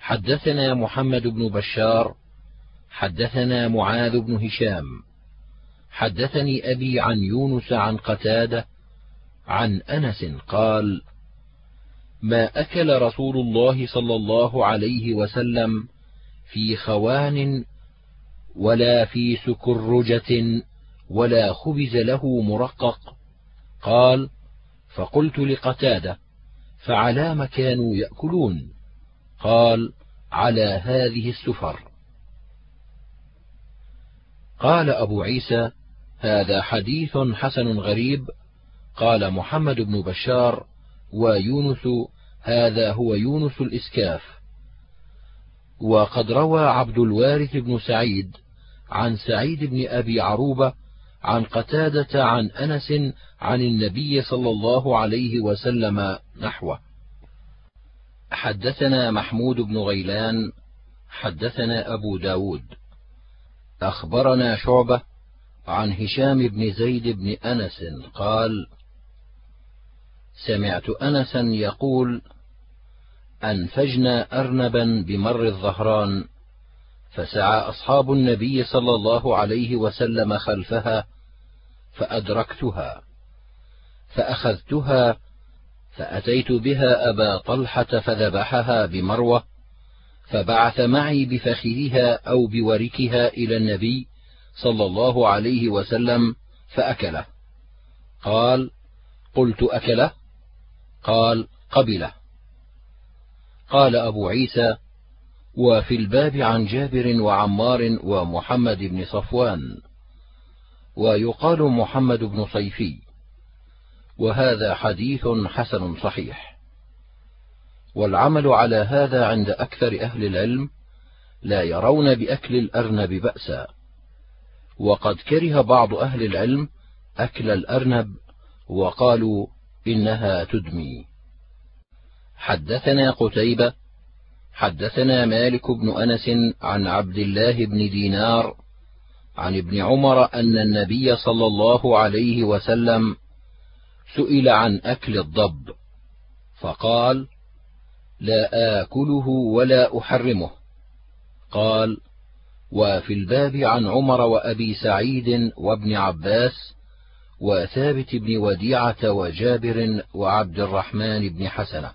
حدثنا محمد بن بشار حدثنا معاذ بن هشام حدثني أبي عن يونس عن قتادة عن أنس قال: ما أكل رسول الله صلى الله عليه وسلم في خوان ولا في سكرجة ولا خبز له مرقق. قال: فقلت لقتادة: فعلام كانوا يأكلون؟ قال: على هذه السفر. قال أبو عيسى: هذا حديث حسن غريب. قال محمد بن بشار: ويونس هذا هو يونس الإسكاف. وقد روى عبد الوارث بن سعيد عن سعيد بن أبي عروبة عن قتادة عن أنس عن النبي صلى الله عليه وسلم نحوه. حدثنا محمود بن غيلان حدثنا أبو داود أخبرنا شعبة عن هشام بن زيد بن أنس قال: سمعت أنسا يقول: أنفجنا أرنبا بمر الظهران، فسعى أصحاب النبي صلى الله عليه وسلم خلفها، فأدركتها فأخذتها فأتيت بها أبا طلحة فذبحها بمروة، فبعث معي بفخذها أو بوركها إلى النبي صلى الله عليه وسلم فأكله. قال: قلت: أكله؟ قال: قبله. قال أبو عيسى: وفي الباب عن جابر وعمار ومحمد بن صفوان، ويقال محمد بن صيفي، وهذا حديث حسن صحيح. والعمل على هذا عند أكثر أهل العلم، لا يرون بأكل الأرنب بأسا، وقد كره بعض أهل العلم أكل الأرنب وقالوا إنها تدمي. حدثنا قتيبة حدثنا مالك بن أنس عن عبد الله بن دينار عن ابن عمر أن النبي صلى الله عليه وسلم سئل عن أكل الضب فقال: لا آكله ولا أحرمه. قال: وفي الباب عن عمر وأبي سعيد وابن عباس وثابت بن وديعة وجابر وعبد الرحمن بن حسنة.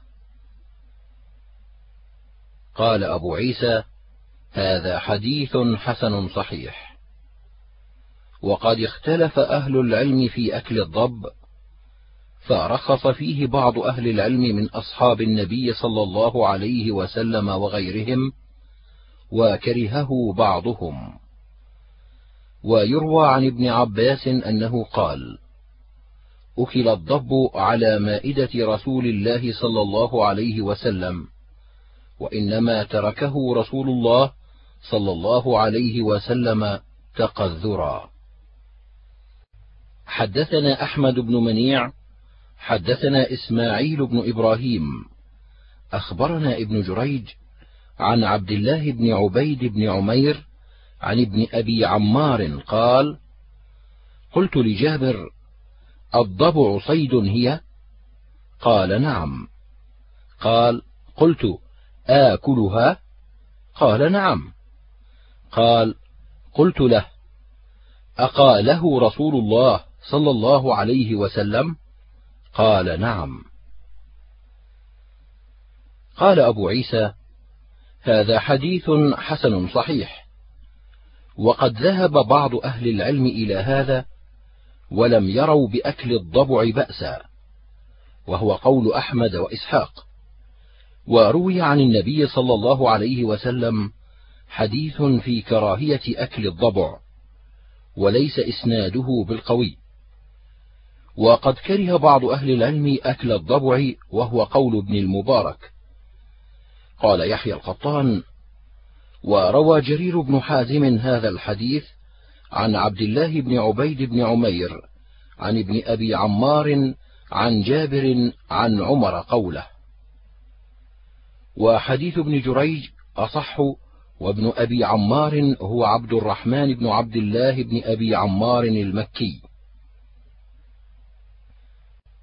قال أبو عيسى: هذا حديث حسن صحيح. وقد اختلف أهل العلم في أكل الضب، فرخص فيه بعض أهل العلم من أصحاب النبي صلى الله عليه وسلم وغيرهم، وكرهه بعضهم. ويروى عن ابن عباس أنه قال: أكل الضب على مائدة رسول الله صلى الله عليه وسلم، وإنما تركه رسول الله صلى الله عليه وسلم تقذرا. حدثنا أحمد بن منيع حدثنا إسماعيل بن إبراهيم أخبرنا ابن جريج عن عبد الله بن عبيد بن عمير عن ابن أبي عمار قال: قلت لجابر: الضبع صيد هي؟ قال: نعم. قال: قلت: آكلها؟ قال: نعم. قال: قلت له: أقاله رسول الله صلى الله عليه وسلم؟ قال: نعم. قال أبو عيسى: هذا حديث حسن صحيح. وقد ذهب بعض أهل العلم إلى هذا، ولم يروا بأكل الضبع بأسا، وهو قول أحمد وإسحاق. وروي عن النبي صلى الله عليه وسلم حديث في كراهية أكل الضبع، وليس إسناده بالقوي. وقد كره بعض أهل العلم أكل الضبع، وهو قول ابن المبارك. قال يحيى القطان: وروى جرير بن حازم هذا الحديث عن عبد الله بن عبيد بن عمير عن ابن أبي عمار عن جابر عن عمر قوله. وحديث ابن جريج أصح، وابن أبي عمار هو عبد الرحمن بن عبد الله بن أبي عمار المكي.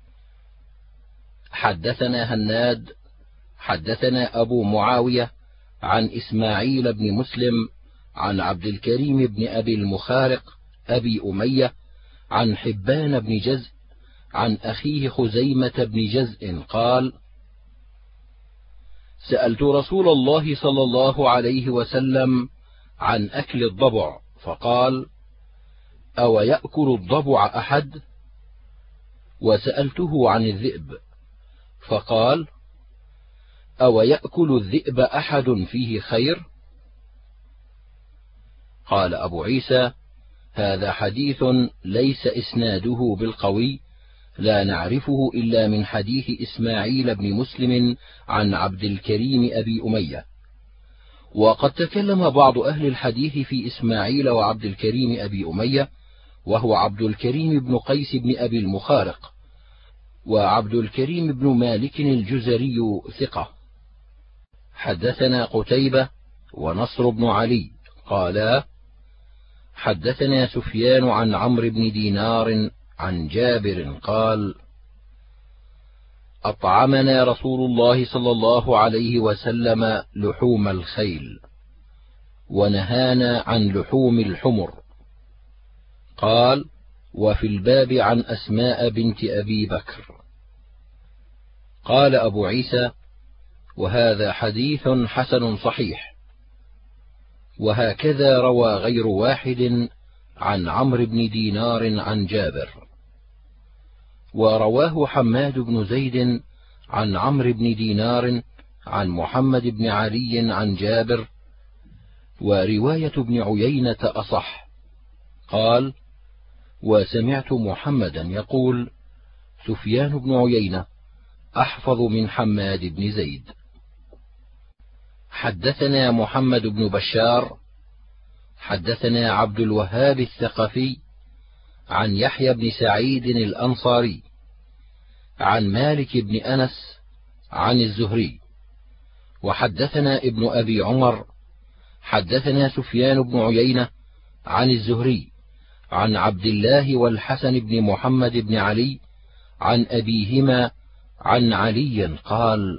حدثنا هناد حدثنا أبو معاوية عن إسماعيل بن مسلم عن عبد الكريم بن أبي المخارق أبي أمية عن حبان بن جزء عن أخيه خزيمة بن جزء قال: سألت رسول الله صلى الله عليه وسلم عن أكل الضبع، فقال: أو يأكل الضبع أحد؟ وسألته عن الذئب، فقال: أو يأكل الذئب أحد فيه خير؟ قال أبو عيسى: هذا حديث ليس إسناده بالقوي، لا نعرفه إلا من حديث إسماعيل بن مسلم عن عبد الكريم أبي أمية. وقد تكلم بعض أهل الحديث في إسماعيل وعبد الكريم أبي أمية، وهو عبد الكريم بن قيس بن أبي المخارق، وعبد الكريم بن مالك الجزري ثقة. حدثنا قتيبة ونصر بن علي قالا: حدثنا سفيان عن عمرو بن دينار عن جابر قال: أطعمنا رسول الله صلى الله عليه وسلم لحوم الخيل، ونهانا عن لحوم الحمر. قال: وفي الباب عن أسماء بنت أبي بكر. قال أبو عيسى: وهذا حديث حسن صحيح. وهكذا روى غير واحد عن عمرو بن دينار عن جابر. ورواه حماد بن زيد عن عمرو بن دينار عن محمد بن علي عن جابر، ورواية ابن عيينة أصح. قال: وسمعت محمدا يقول: سفيان بن عيينة أحفظ من حماد بن زيد. حدثنا محمد بن بشار حدثنا عبد الوهاب الثقفي عن يحيى بن سعيد الأنصاري عن مالك بن أنس عن الزهري. وحدثنا ابن أبي عمر حدثنا سفيان بن عيينة عن الزهري عن عبد الله والحسن بن محمد بن علي عن أبيهما عن علي قال: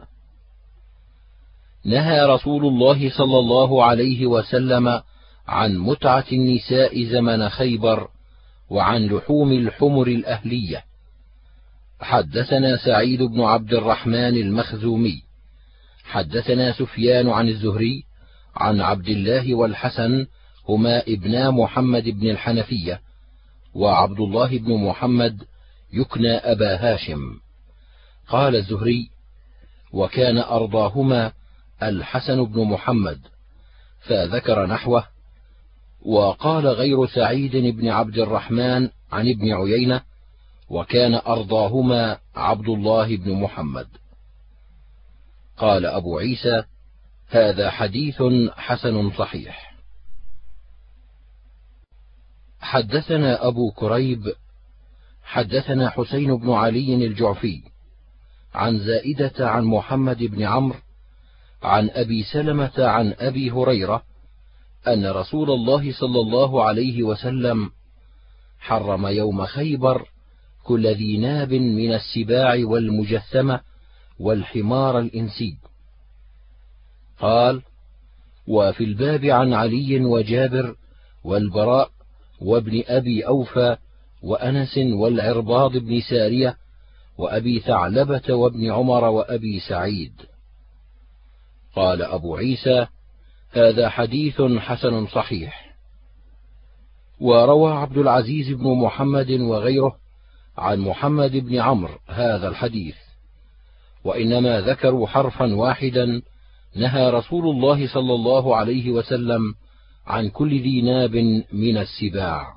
نهى رسول الله صلى الله عليه وسلم عن متعة النساء زمن خيبر، وعن لحوم الحمر الأهلية. حدثنا سعيد بن عبد الرحمن المخزومي حدثنا سفيان عن الزهري عن عبد الله والحسن هما ابنا محمد بن الحنفية، وعبد الله بن محمد يكنى أبا هاشم. قال الزهري: وكان أرضاهما الحسن بن محمد، فذكر نحوه. وقال غير سعيد بن عبد الرحمن عن ابن عيينة: وكان أرضاهما عبد الله بن محمد. قال أبو عيسى: هذا حديث حسن صحيح. حدثنا أبو كريب حدثنا حسين بن علي الجعفي عن زائدة عن محمد بن عمرو عن أبي سلمة عن أبي هريرة أن رسول الله صلى الله عليه وسلم حرم يوم خيبر كل ذي ناب من السباع والمجثمة والحمار الإنسي. قال: وفي الباب عن علي وجابر والبراء وابن أبي أوفى وأنس والعرباض بن سارية وأبي ثعلبة وابن عمر وأبي سعيد. قال أبو عيسى: هذا حديث حسن صحيح. وروى عبد العزيز بن محمد وغيره عن محمد بن عمرو هذا الحديث، وإنما ذكروا حرفا واحدا: نهى رسول الله صلى الله عليه وسلم عن كل ذي ناب من السباع.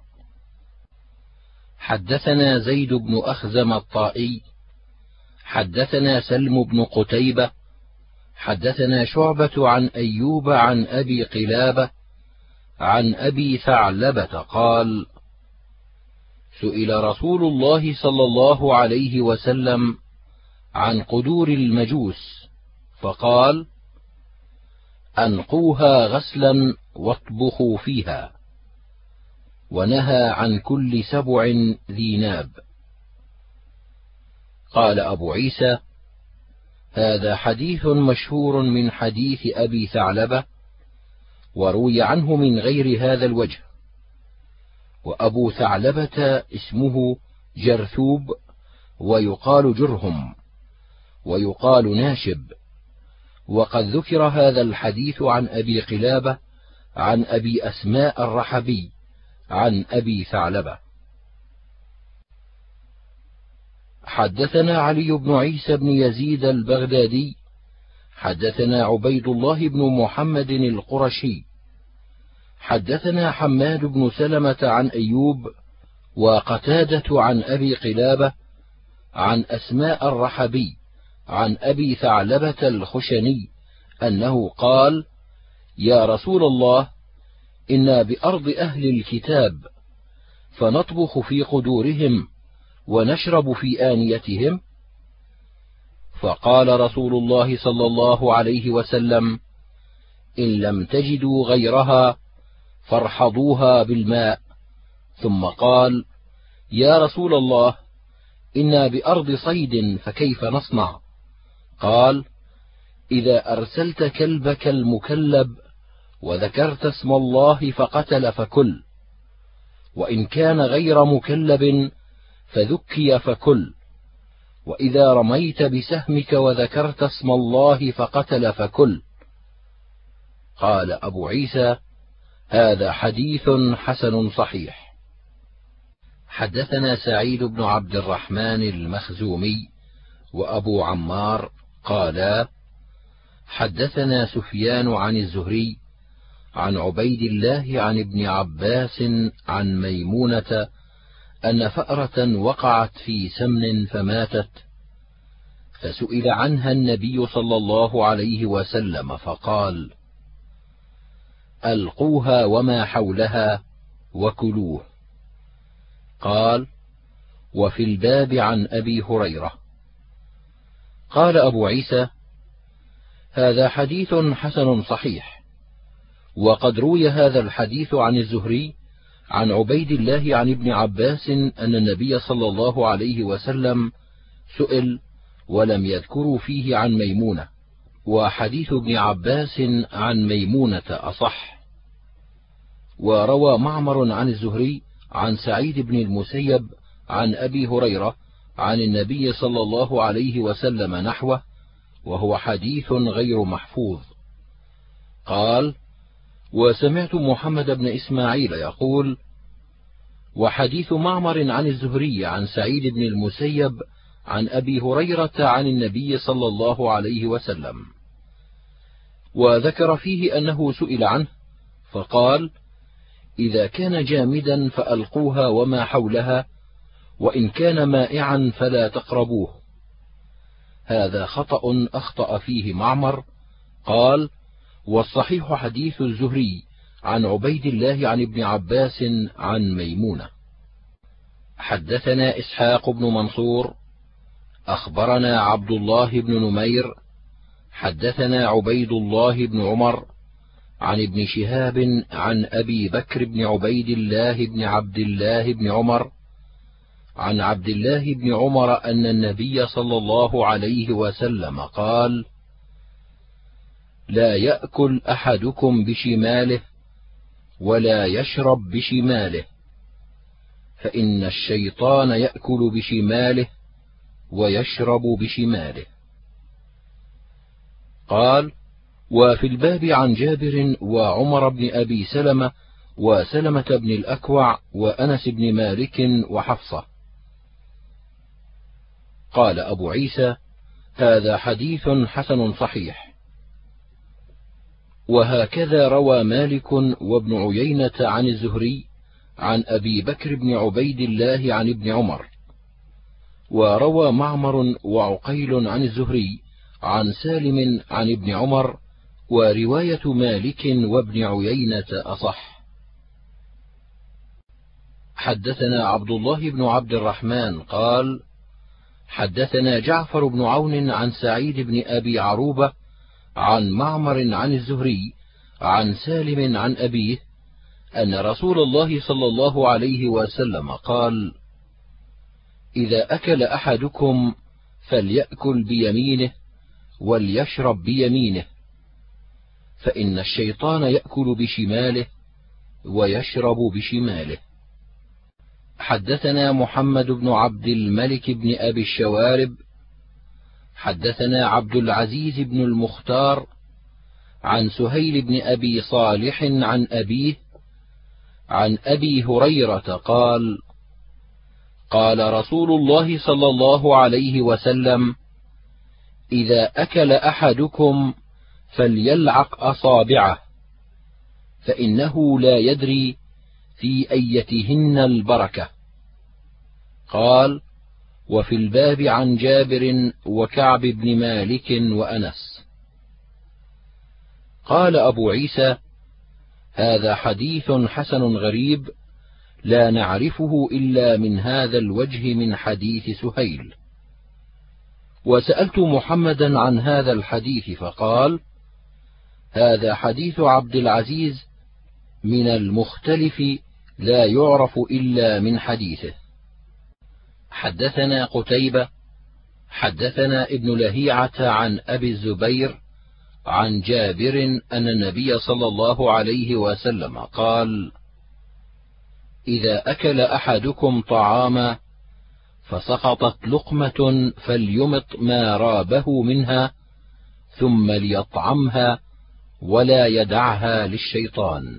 حدثنا زيد بن أخزم الطائي حدثنا سلم بن قتيبة حدثنا شعبة عن أيوب عن أبي قلابة عن أبي ثعلبة قال: سئل رسول الله صلى الله عليه وسلم عن قدور المجوس، فقال: أنقوها غسلا واطبخوا فيها. ونهى عن كل 7 ذي ناب. قال أبو عيسى: هذا حديث مشهور من حديث أبي ثعلبة، وروي عنه من غير هذا الوجه. وأبو ثعلبة اسمه جرثوب، ويقال جرهم، ويقال ناشب. وقد ذكر هذا الحديث عن أبي قلابة عن أبي أسماء الرحبي عن أبي ثعلبة. حدثنا علي بن عيسى بن يزيد البغدادي حدثنا عبيد الله بن محمد القرشي حدثنا حماد بن سلمة عن أيوب وقتادة عن أبي قلابة عن أسماء الرحبي عن أبي ثعلبة الخشني أنه قال: يا رسول الله، إنا بأرض أهل الكتاب، فنطبخ في قدورهم ونشرب في آنيتهم. فقال رسول الله صلى الله عليه وسلم: إن لم تجدوا غيرها فارحضوها بالماء. ثم قال: يا رسول الله، إنا بأرض صيد، فكيف نصنع؟ قال: إذا أرسلت كلبك المكلب وذكرت اسم الله فقتل فكل، وإن كان غير مكلب فذكي فكل، وإذا رميت بسهمك وذكرت اسم الله فقتل فكل. قال أبو عيسى: هذا حديث حسن صحيح. حدثنا سعيد بن عبد الرحمن المخزومي وأبو عمار قالا: حدثنا سفيان عن الزهري عن عبيد الله عن ابن عباس عن ميمونة أن فأرة وقعت في سمن فماتت، فسئل عنها النبي صلى الله عليه وسلم فقال: ألقوها وما حولها وكلوه. قال: وفي الباب عن أبي هريرة. قال أبو عيسى: هذا حديث حسن صحيح. وقد روي هذا الحديث عن الزهري عن عبيد الله عن ابن عباس أن النبي صلى الله عليه وسلم سئل ولم يذكروا فيه عن ميمونة، وحديث ابن عباس عن ميمونة أصح. وروى معمر عن الزهري عن سعيد بن المسيب عن أبي هريرة عن النبي صلى الله عليه وسلم نحوه، وهو حديث غير محفوظ. قال: وسمعت محمد بن إسماعيل يقول: وحديث معمر عن الزهري عن سعيد بن المسيب عن أبي هريرة عن النبي صلى الله عليه وسلم. وذكر فيه أنه سئل عنه فقال: إذا كان جامدا فألقوها وما حولها، وإن كان مائعا فلا تقربوه. هذا خطأ أخطأ فيه معمر. قال: والصحيح حديث الزهري عن عبيد الله عن ابن عباس عن ميمونة. حدثنا إسحاق بن منصور أخبرنا عبد الله بن نمير حدثنا عبيد الله بن عمر عن ابن شهاب عن أبي بكر بن عبيد الله بن عبد الله بن عمر عن عبد الله بن عمر أن النبي صلى الله عليه وسلم قال: لا يأكل أحدكم بشماله ولا يشرب بشماله، فإن الشيطان يأكل بشماله ويشرب بشماله. قال: وفي الباب عن جابر وعمر بن أبي سلمة وسلمة بن الأكوع وأنس بن مالك وحفصة. قال أبو عيسى: هذا حديث حسن صحيح. وهكذا روى مالك وابن عيينة عن الزهري عن أبي بكر بن عبيد الله عن ابن عمر. وروى معمر وعقيل عن الزهري عن سالم عن ابن عمر، ورواية مالك وابن عيينة أصح. حدثنا عبد الله بن عبد الرحمن قال: حدثنا جعفر بن عون عن سعيد بن أبي عروبة عن معمر عن الزهري عن سالم عن أبيه أن رسول الله صلى الله عليه وسلم قال: إذا أكل أحدكم فليأكل بيمينه، وليشرب بيمينه، فإن الشيطان يأكل بشماله ويشرب بشماله. حدثنا محمد بن عبد الملك بن أبي الشوارب حدثنا عبد العزيز بن المختار عن سهيل بن أبي صالح عن أبيه عن أبي هريرة قال: قال رسول الله صلى الله عليه وسلم: إذا أكل أحدكم فليلعق أصابعه، فإنه لا يدري في أيتهن البركة. قال: وفي الباب عن جابر وكعب بن مالك وأنس. قال أبو عيسى: هذا حديث حسن غريب لا نعرفه إلا من هذا الوجه من حديث سهيل. وسألت محمدا عن هذا الحديث فقال: هذا حديث عبد العزيز من المختلف لا يعرف إلا من حديثه. حدثنا قتيبة حدثنا ابن لهيعة عن أبي الزبير عن جابر أن النبي صلى الله عليه وسلم قال: إذا أكل أحدكم طعاما فسقطت لقمة فليمط ما رابه منها ثم ليطعمها ولا يدعها للشيطان.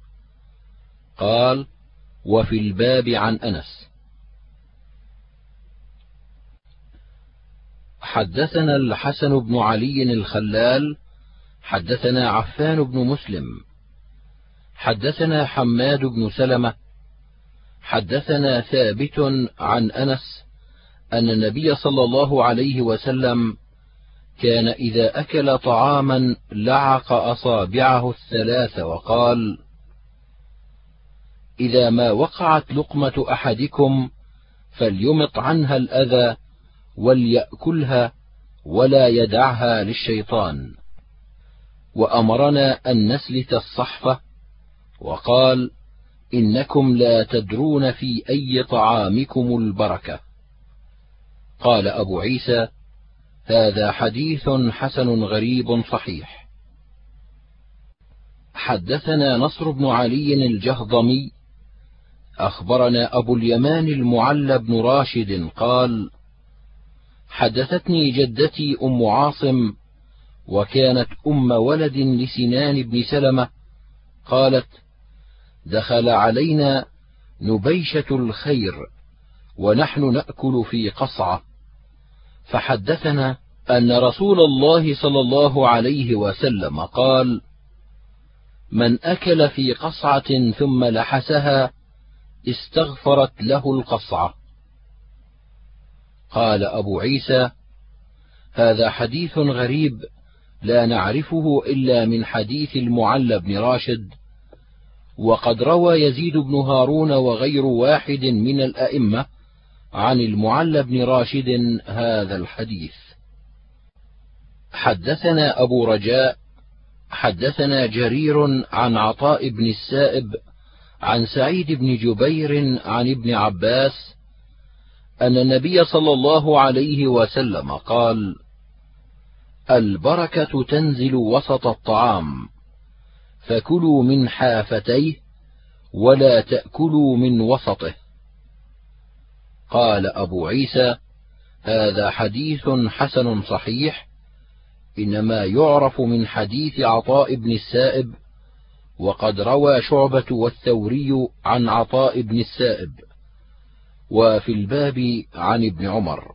قال: وفي الباب عن أنس. حدثنا الحسن بن علي الخلال حدثنا عفان بن مسلم حدثنا حماد بن سلمة حدثنا ثابت عن أنس أن النبي صلى الله عليه وسلم كان إذا أكل طعاما لعق أصابعه الثلاث وقال: إذا ما وقعت لقمة أحدكم فليمط عنها الأذى وليأكلها ولا يدعها للشيطان. وأمرنا أن نسلت الصحفة، وقال: إنكم لا تدرون في أي طعامكم البركة. قال أبو عيسى: هذا حديث حسن غريب صحيح. حدثنا نصر بن علي الجهضمي أخبرنا أبو اليمان المعلى بن راشد قال: حدثتني جدتي أم عاصم، وكانت أم ولد لسنان بن سلمة، قالت: دخل علينا نبيشة الخير ونحن نأكل في قصعة، فحدثنا أن رسول الله صلى الله عليه وسلم قال: من أكل في قصعة ثم لحسها استغفرت له القصعة. قال أبو عيسى: هذا حديث غريب لا نعرفه إلا من حديث المعلى بن راشد، وقد روى يزيد بن هارون وغير واحد من الأئمة عن المعلى بن راشد هذا الحديث. حدثنا أبو رجاء حدثنا جرير عن عطاء بن السائب عن سعيد بن جبير عن ابن عباس أن النبي صلى الله عليه وسلم قال: البركة تنزل وسط الطعام، فكلوا من حافتيه ولا تأكلوا من وسطه. قال أبو عيسى: هذا حديث حسن صحيح، إنما يعرف من حديث عطاء بن السائب، وقد روى شعبة والثوري عن عطاء بن السائب. وفي الباب عن ابن عمر.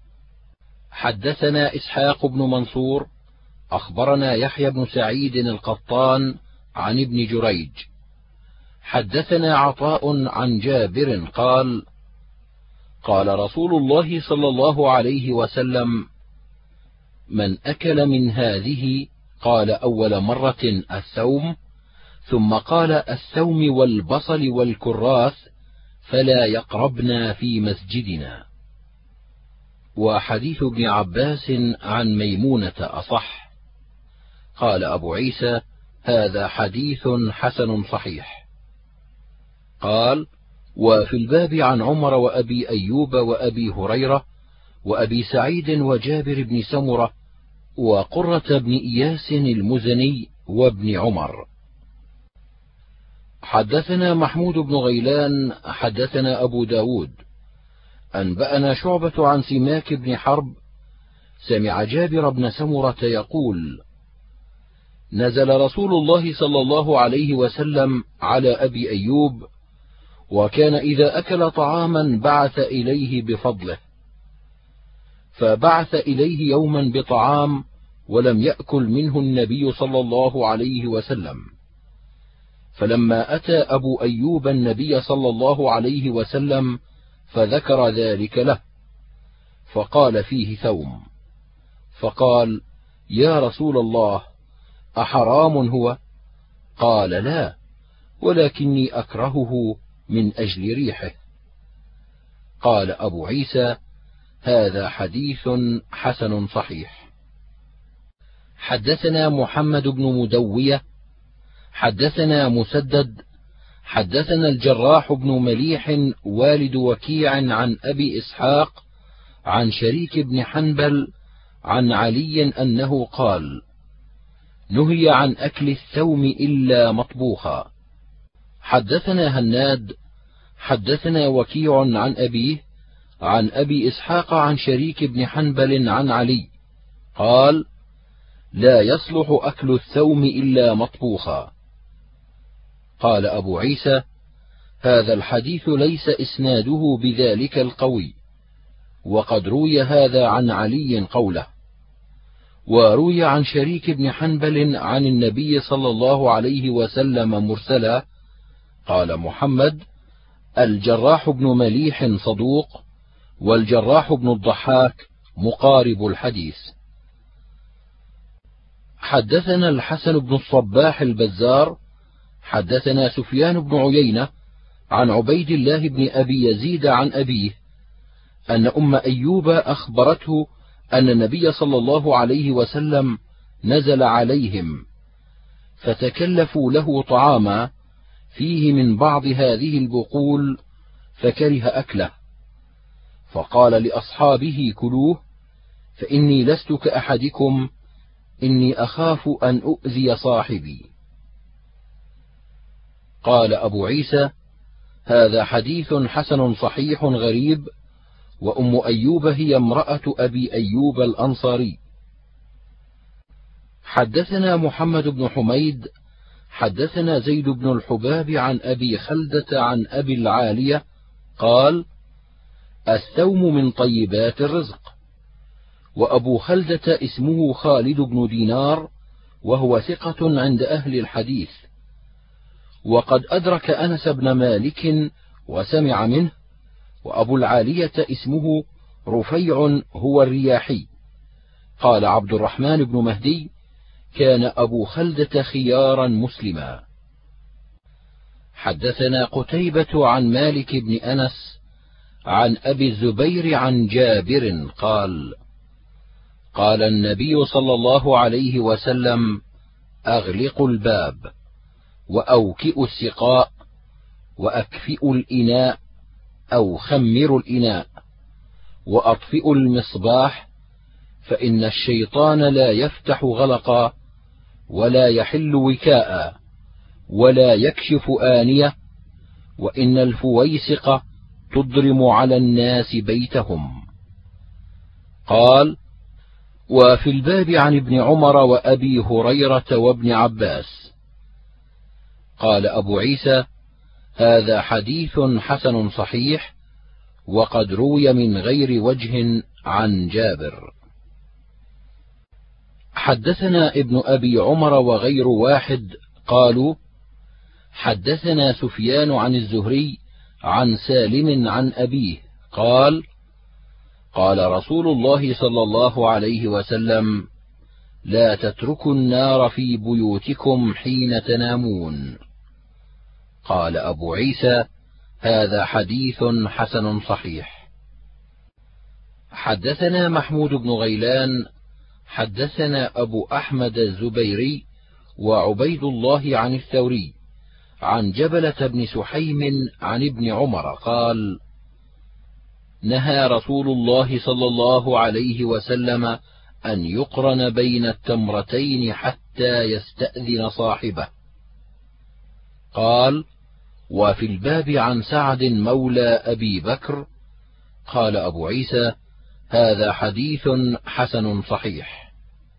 حدثنا إسحاق بن منصور أخبرنا يحيى بن سعيد القطان عن ابن جريج حدثنا عطاء عن جابر قال: قال رسول الله صلى الله عليه وسلم: من أكل من هذه، قال أول مرة الثوم، ثم قال الثوم والبصل والكراث، فلا يقربنا في مسجدنا. وحديث ابن عباس عن ميمونة أصح. قال أبو عيسى: هذا حديث حسن صحيح. قال: وفي الباب عن عمر وأبي أيوب وأبي هريرة وأبي سعيد وجابر بن سمرة وقرة بن إياس المزني وابن عمر. حدثنا محمود بن غيلان حدثنا أبو داود أنبأنا شعبة عن سماك بن حرب سمع جابر بن سمرة يقول: نزل رسول الله صلى الله عليه وسلم على أبي أيوب، وكان إذا أكل طعاما بعث إليه بفضله، فبعث إليه يوما بطعام ولم يأكل منه النبي صلى الله عليه وسلم، فلما أتى أبو أيوب النبي صلى الله عليه وسلم فذكر ذلك له، فقال فيه ثوم، فقال: يا رسول الله، أحرام هو؟ قال: لا، ولكني أكرهه من أجل ريحه. قال أبو عيسى: هذا حديث حسن صحيح. حدثنا محمد بن مدوية حدثنا مسدد حدثنا الجراح بن مليح والد وكيع عن أبي إسحاق عن شريك بن حنبل عن علي أنه قال: نهي عن أكل الثوم إلا مطبوخا. حدثنا هناد حدثنا وكيع عن أبيه عن أبي إسحاق عن شريك بن حنبل عن علي قال: لا يصلح أكل الثوم إلا مطبوخا. قال أبو عيسى: هذا الحديث ليس إسناده بذلك القوي، وقد روي هذا عن علي قوله، وروي عن شريك بن حنبل عن النبي صلى الله عليه وسلم مرسلا. قال محمد: الجراح بن مليح صدوق، والجراح بن الضحاك مقارب الحديث. حدثنا الحسن بن الصباح البزار حدثنا سفيان بن عيينة عن عبيد الله بن أبي يزيد عن أبيه أن أم أيوب أخبرته أن النبي صلى الله عليه وسلم نزل عليهم، فتكلفوا له طعاما فيه من بعض هذه البقول، فكره أكله، فقال لأصحابه: كلوه، فإني لست كأحدكم، إني أخاف أن أؤذي صاحبي. قال أبو عيسى: هذا حديث حسن صحيح غريب، وأم أيوب هي امرأة أبي أيوب الأنصاري. حدثنا محمد بن حميد حدثنا زيد بن الحباب عن أبي خلدة عن أبي العالية قال: الثوم من طيبات الرزق. وأبو خلدة اسمه خالد بن دينار، وهو ثقة عند أهل الحديث، وقد أدرك أنس بن مالك وسمع منه. وأبو العالية اسمه رفيع هو الرياحي. قال عبد الرحمن بن مهدي: كان أبو خلدة خيارا مسلما. حدثنا قتيبة عن مالك بن أنس عن أبي الزبير عن جابر قال: قال النبي صلى الله عليه وسلم: أغلقوا الباب، وأوكئوا السقاء، وأكفئوا الإناء أو خمروا الإناء، وأطفئوا المصباح، فإن الشيطان لا يفتح غلقا، ولا يحل وكاء، ولا يكشف آنية، وإن الفويسق تضرم على الناس بيتهم. قال: وفي الباب عن ابن عمر وأبي هريرة وابن عباس. قال أبو عيسى: هذا حديث حسن صحيح، وقد روي من غير وجه عن جابر. حدثنا ابن أبي عمر وغير واحد قالوا: حدثنا سفيان عن الزهري عن سالم عن أبيه قال: قال رسول الله صلى الله عليه وسلم: لا تتركوا النار في بيوتكم حين تنامون. قال أبو عيسى: هذا حديث حسن صحيح. حدثنا محمود بن غيلان حدثنا أبو أحمد الزبيري وعبيد الله عن الثوري عن جبلة بن سحيم عن ابن عمر قال: نهى رسول الله صلى الله عليه وسلم أن يقرن بين التمرتين حتى يستأذن صاحبه. قال: وفي الباب عن سعد مولى أبي بكر. قال أبو عيسى: هذا حديث حسن صحيح.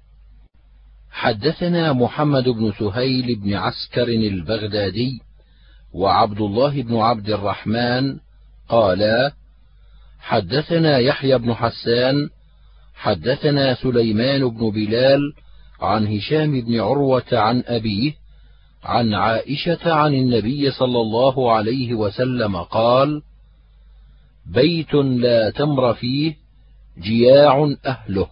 حدثنا محمد بن سهيل بن عسكر البغدادي وعبد الله بن عبد الرحمن قالا: حدثنا يحيى بن حسان حدثنا سليمان بن بلال عن هشام بن عروة عن أبيه عن عائشة عن النبي صلى الله عليه وسلم قال: بيت لا تمر فيه جياع أهله.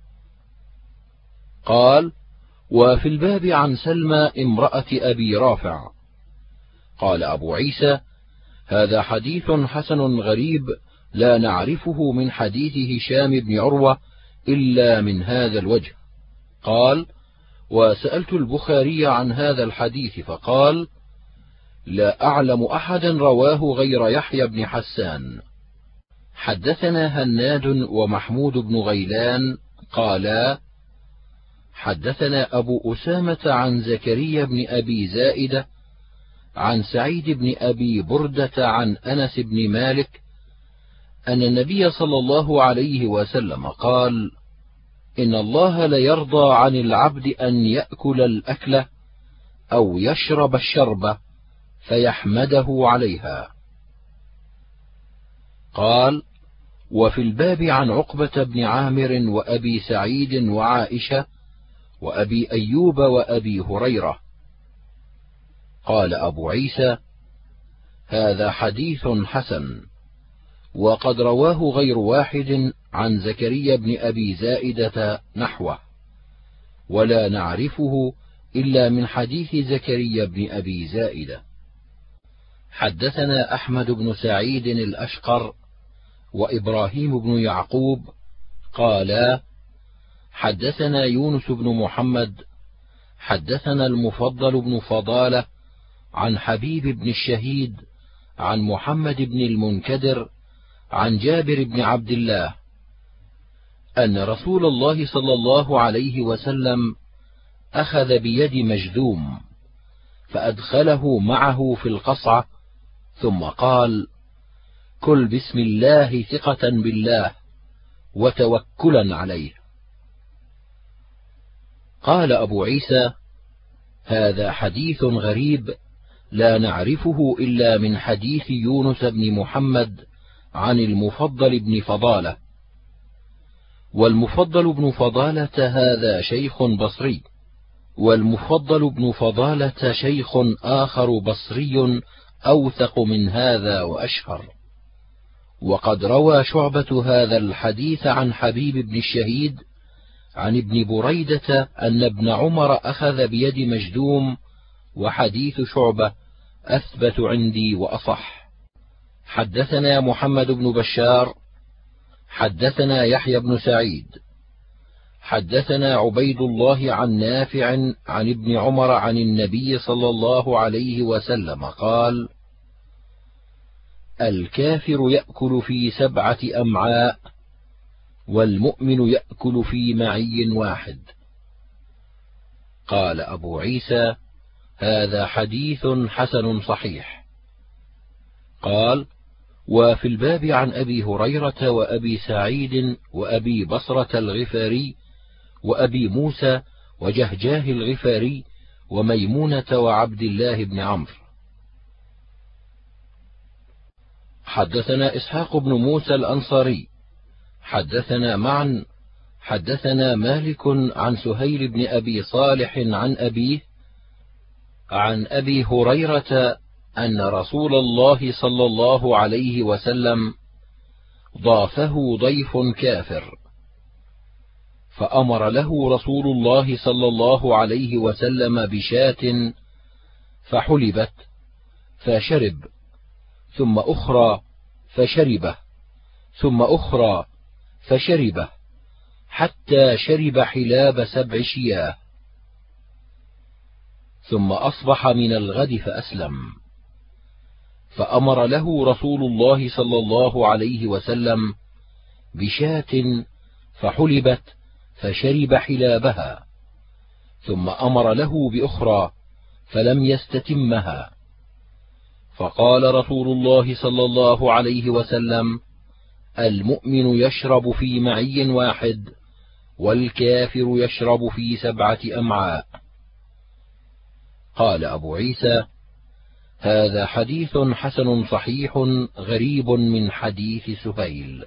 قال: وفي الباب عن سلمى امرأة أبي رافع. قال أبو عيسى: هذا حديث حسن غريب لا نعرفه من حديث هشام بن عروة إلا من هذا الوجه. قال: وسألت البخاري عن هذا الحديث فقال: لا أعلم أحدا رواه غير يحيى بن حسان. حدثنا هناد ومحمود بن غيلان قالا: حدثنا أبو أسامة عن زكريا بن أبي زائدة عن سعيد بن أبي بردة عن أنس بن مالك أن النبي صلى الله عليه وسلم قال: إن الله ليرضى عن العبد أن يأكل الأكلة أو يشرب الشربة فيحمده عليها. قال: وفي الباب عن عقبة بن عامر وأبي سعيد وعائشة وأبي أيوب وأبي هريرة. قال أبو عيسى: هذا حديث حسن، وقد رواه غير واحد عن زكريا بن أبي زائدة نحوه، ولا نعرفه إلا من حديث زكريا بن أبي زائدة. حدثنا أحمد بن سعيد الأشقر وإبراهيم بن يعقوب قالا: حدثنا يونس بن محمد حدثنا المفضل بن فضالة عن حبيب بن الشهيد عن محمد بن المنكدر عن جابر بن عبد الله أن رسول الله صلى الله عليه وسلم أخذ بيد مجذوم فأدخله معه في القصعة ثم قال: كل بسم الله ثقة بالله وتوكلا عليه. قال أبو عيسى: هذا حديث غريب لا نعرفه إلا من حديث يونس بن محمد عن المفضل بن فضالة. والمفضل بن فضالة هذا شيخ بصري، والمفضل بن فضالة شيخ آخر بصري أوثق من هذا وأشهر. وقد روى شعبة هذا الحديث عن حبيب بن الشهيد عن ابن بريدة أن ابن عمر أخذ بيد مجذوم، وحديث شعبة أثبت عندي وأصح. حدثنا محمد بن بشار حدثنا يحيى بن سعيد حدثنا عبيد الله عن نافع عن ابن عمر عن النبي صلى الله عليه وسلم قال: الكافر يأكل في 7 أمعاء، والمؤمن يأكل في معي واحد. قال أبو عيسى: هذا حديث حسن صحيح. قال: وفي الباب عن أبي هريرة وأبي سعيد وأبي بصرة الغفاري وأبي موسى وجهجاه الغفاري وميمونة وعبد الله بن عمرو. حدثنا إسحاق بن موسى الأنصاري حدثنا معا حدثنا مالك عن سهيل بن أبي صالح عن أبيه عن أبي هريرة أن رسول الله صلى الله عليه وسلم ضافه ضيف كافر، فأمر له رسول الله صلى الله عليه وسلم بشاة فحلبت فشرب، ثم أخرى فشربه، ثم أخرى فشربه، حتى شرب حلاب 7 شياه، ثم أصبح من الغد فأسلم. فأمر له رسول الله صلى الله عليه وسلم بشاة فحلبت فشرب حلابها، ثم أمر له بأخرى فلم يستتمها، فقال رسول الله صلى الله عليه وسلم: المؤمن يشرب في معي واحد، والكافر يشرب في 7 أمعاء. قال أبو عيسى: هذا حديث حسن صحيح غريب من حديث سهيل.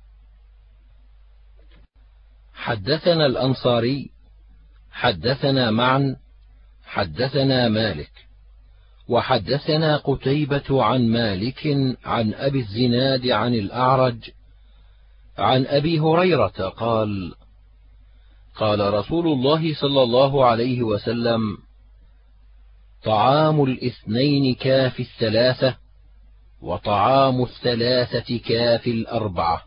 حدثنا الأنصاري حدثنا معا حدثنا مالك وحدثنا قتيبة عن مالك عن أبي الزناد عن الأعرج عن أبي هريرة قال: قال رسول الله صلى الله عليه وسلم: طعام الاثنين كافي 3، وطعام 3 كافي 4.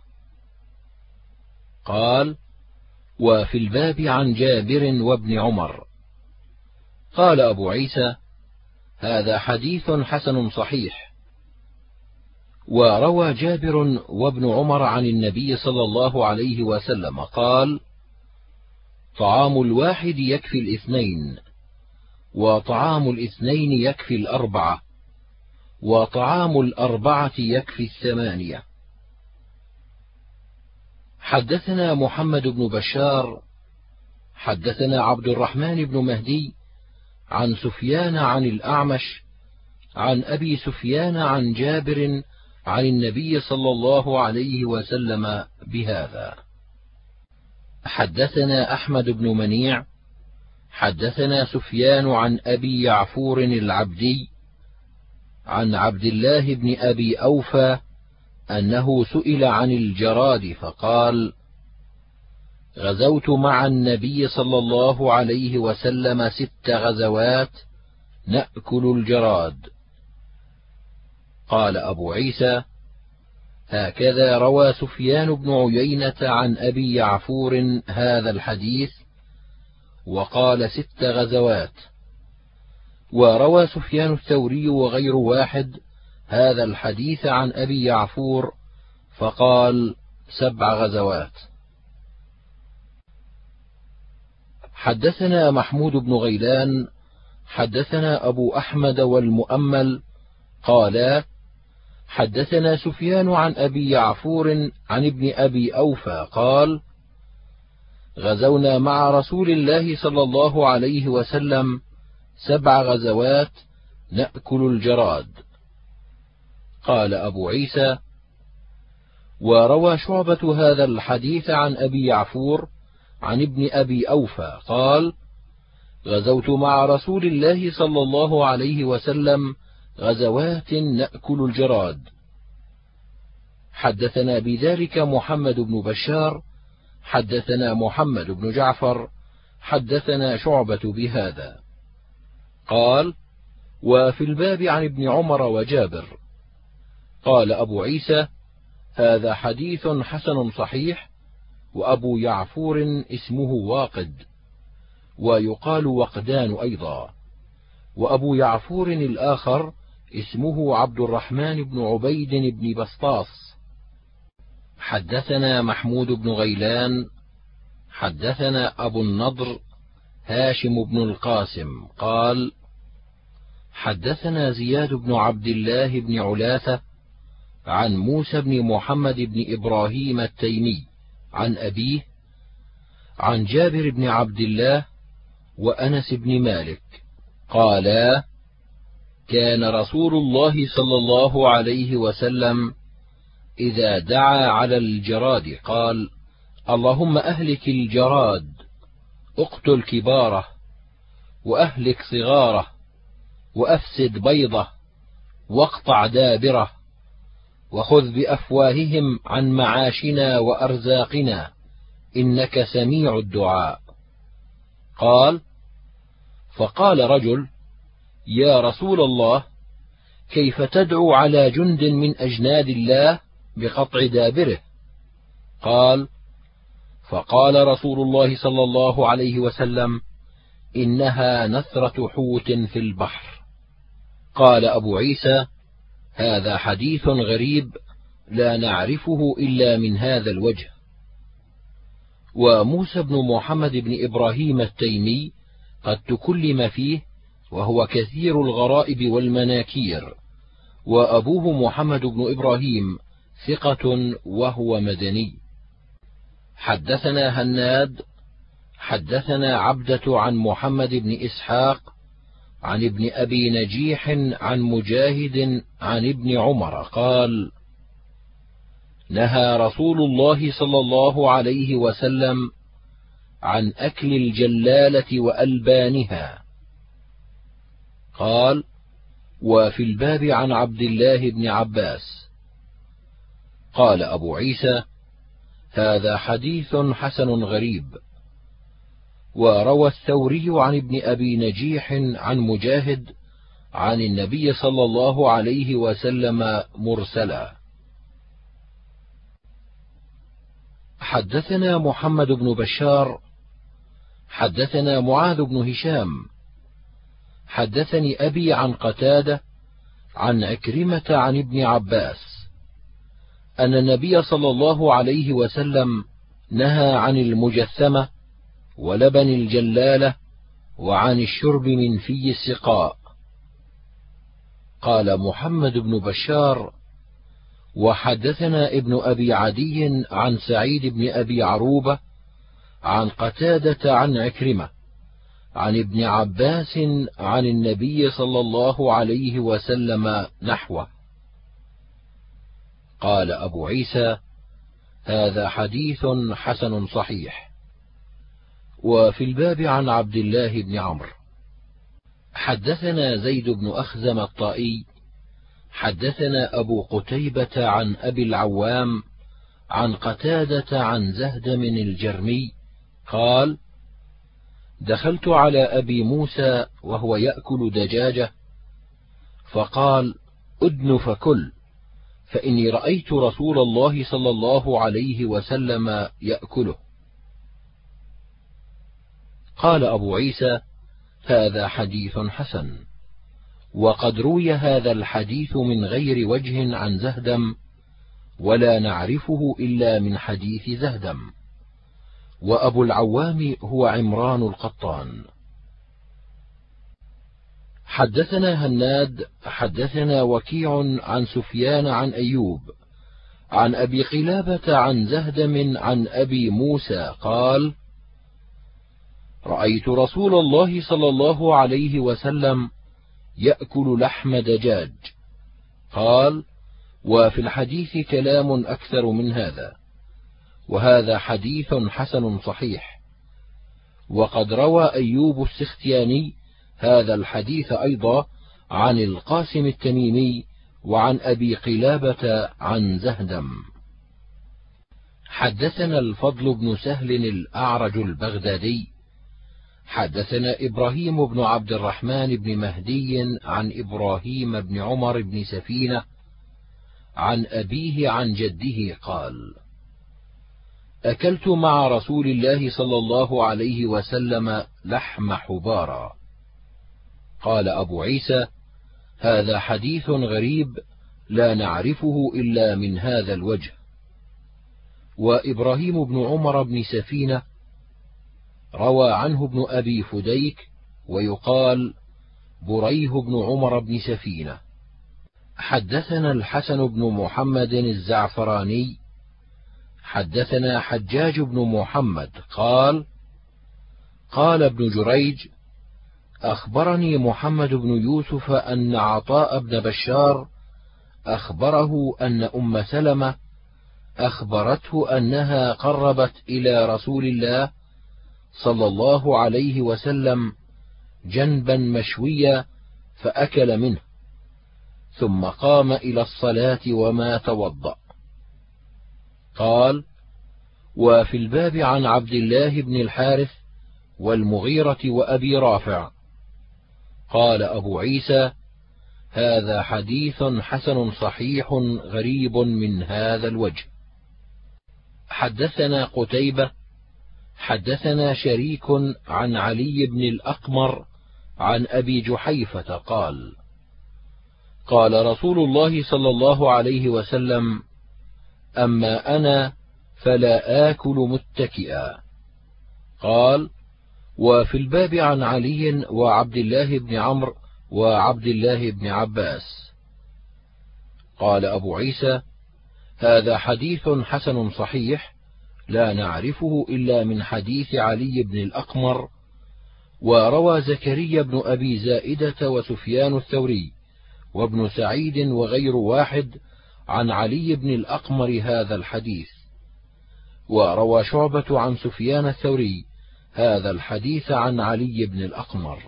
قال: وفي الباب عن جابر وابن عمر. قال أبو عيسى: هذا حديث حسن صحيح. وروى جابر وابن عمر عن النبي صلى الله عليه وسلم قال: طعام الواحد يكفي 2، وطعام 2 يكفي 4، وطعام 4 يكفي 8. حدثنا محمد بن بشار حدثنا عبد الرحمن بن مهدي عن سفيان عن الأعمش عن أبي سفيان عن جابر عن النبي صلى الله عليه وسلم بهذا. حدثنا أحمد بن منيع حدثنا سفيان عن أبي يعفور العبدي عن عبد الله بن أبي أوفى أنه سئل عن الجراد فقال: غزوت مع النبي صلى الله عليه وسلم 6 غزوات نأكل الجراد. قال أبو عيسى: هكذا روى سفيان بن عيينة عن أبي يعفور هذا الحديث، وقال 6 غزوات. وروى سفيان الثوري وغير واحد هذا الحديث عن أبي يعفور فقال 7 غزوات. حدثنا محمود بن غيلان حدثنا أبو أحمد والمؤمل قالا: حدثنا سفيان عن أبي يعفور عن ابن أبي أوفى قال: غزونا مع رسول الله صلى الله عليه وسلم 7 غزوات نأكل الجراد. قال أبو عيسى: وروى شعبة هذا الحديث عن أبي يعفور عن ابن أبي أوفى قال: غزوت مع رسول الله صلى الله عليه وسلم غزوات نأكل الجراد. حدثنا بذلك محمد بن بشار حدثنا محمد بن جعفر حدثنا شعبة بهذا. قال: وفي الباب عن ابن عمر وجابر. قال أبو عيسى: هذا حديث حسن صحيح. وأبو يعفور اسمه واقد، ويقال وقدان أيضا. وأبو يعفور الآخر اسمه عبد الرحمن بن عبيد بن بسطاس. حدثنا محمود بن غيلان حدثنا أبو النضر هاشم بن القاسم قال: حدثنا زياد بن عبد الله بن علاثة عن موسى بن محمد بن إبراهيم التيمي عن أبيه عن جابر بن عبد الله وأنس بن مالك قالا: كان رسول الله صلى الله عليه وسلم إذا دعا على الجراد قال: اللهم أهلك الجراد، اقتل كباره، وأهلك صغاره، وأفسد بيضه، واقطع دابره، وخذ بأفواههم عن معاشنا وأرزاقنا، إنك سميع الدعاء. قال: فقال رجل: يا رسول الله، كيف تدعو على جند من أجناد الله بقطع دابره؟ قال: فقال رسول الله صلى الله عليه وسلم: إنها نثرة حوت في البحر. قال أبو عيسى: هذا حديث غريب لا نعرفه إلا من هذا الوجه. وموسى بن محمد بن إبراهيم التيمي قد تكلم فيه، وهو كثير الغرائب والمناكير، وأبوه محمد بن إبراهيم ثقة وهو مدني. حدثنا هناد حدثنا عبدة عن محمد بن إسحاق عن ابن أبي نجيح عن مجاهد عن ابن عمر قال: نهى رسول الله صلى الله عليه وسلم عن أكل الجلالة وألبانها. قال: وفي الباب عن عبد الله بن عباس. قال أبو عيسى: هذا حديث حسن غريب. وروى الثوري عن ابن أبي نجيح عن مجاهد عن النبي صلى الله عليه وسلم مرسلا. حدثنا محمد بن بشار حدثنا معاذ بن هشام حدثني أبي عن قتادة عن عكرمة عن ابن عباس أن النبي صلى الله عليه وسلم نهى عن المجثمة ولبن الجلالة وعن الشرب من في السقاء. قال محمد بن بشار: وحدثنا ابن أبي عدي عن سعيد بن أبي عروبة عن قتادة عن عكرمة عن ابن عباس عن النبي صلى الله عليه وسلم نحوه. قال أبو عيسى: هذا حديث حسن صحيح. وفي الباب عن عبد الله بن عمرو. حدثنا زيد بن أخزم الطائي حدثنا أبو قتيبة عن أبي العوام عن قتادة عن زهدم الجرمي قال: دخلت على أبي موسى وهو يأكل دجاجة، فقال: أدن فكل، فإني رأيت رسول الله صلى الله عليه وسلم يأكله. قال أبو عيسى: هذا حديث حسن. وقد روي هذا الحديث من غير وجه عن زهدم، ولا نعرفه إلا من حديث زهدم. وأبو العوام هو عمران القطان. حدثنا هناد حدثنا وكيع عن سفيان عن أيوب عن أبي قلابة عن زهدم عن أبي موسى قال: رأيت رسول الله صلى الله عليه وسلم يأكل لحم دجاج. قال: وفي الحديث كلام أكثر من هذا، وهذا حديث حسن صحيح. وقد روى أيوب السختياني هذا الحديث أيضا عن القاسم التميمي وعن أبي قلابة عن زهدم. حدثنا الفضل بن سهل الأعرج البغدادي حدثنا إبراهيم بن عبد الرحمن بن مهدي عن إبراهيم بن عمر بن سفينة عن أبيه عن جده قال: أكلت مع رسول الله صلى الله عليه وسلم لحم حبارا. قال أبو عيسى: هذا حديث غريب لا نعرفه إلا من هذا الوجه. وإبراهيم بن عمر بن سفينة روى عنه ابن أبي فديك، ويقال بريه بن عمر بن سفينة. حدثنا الحسن بن محمد الزعفراني حدثنا حجاج بن محمد قال: قال ابن جريج: أخبرني محمد بن يوسف أن عطاء بن بشار أخبره أن أم سلمة أخبرته أنها قربت إلى رسول الله صلى الله عليه وسلم جنبا مشويا فأكل منه، ثم قام إلى الصلاة وما توضأ. قال: وفي الباب عن عبد الله بن الحارث والمغيرة وأبي رافع. قال أبو عيسى: هذا حديث حسن صحيح غريب من هذا الوجه. حدثنا قتيبة حدثنا شريك عن علي بن الأقمر عن أبي جحيفة قال: قال رسول الله صلى الله عليه وسلم: أما أنا فلا آكل متكئا، قال: وفي الباب عن علي وعبد الله بن عمرو وعبد الله بن عباس. قال أبو عيسى: هذا حديث حسن صحيح لا نعرفه إلا من حديث علي بن الأقمر. وروى زكريا بن أبي زائدة وسفيان الثوري وابن سعيد وغير واحد عن علي بن الأقمر هذا الحديث. وروى شعبة عن سفيان الثوري هذا الحديث عن علي بن الأقمر.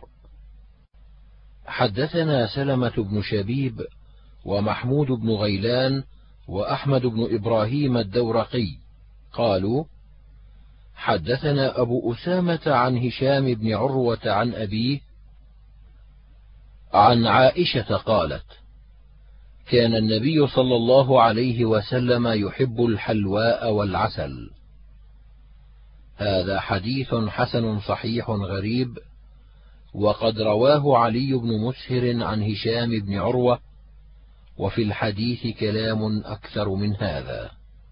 حدثنا سلمة بن شبيب ومحمود بن غيلان وأحمد بن إبراهيم الدورقي قالوا: حدثنا أبو أسامة عن هشام بن عروة عن أبيه عن عائشة قالت: كان النبي صلى الله عليه وسلم يحب الحلواء والعسل. هذا حديث حسن صحيح غريب، وقد رواه علي بن مسهر عن هشام بن عروة، وفي الحديث كلام أكثر من هذا.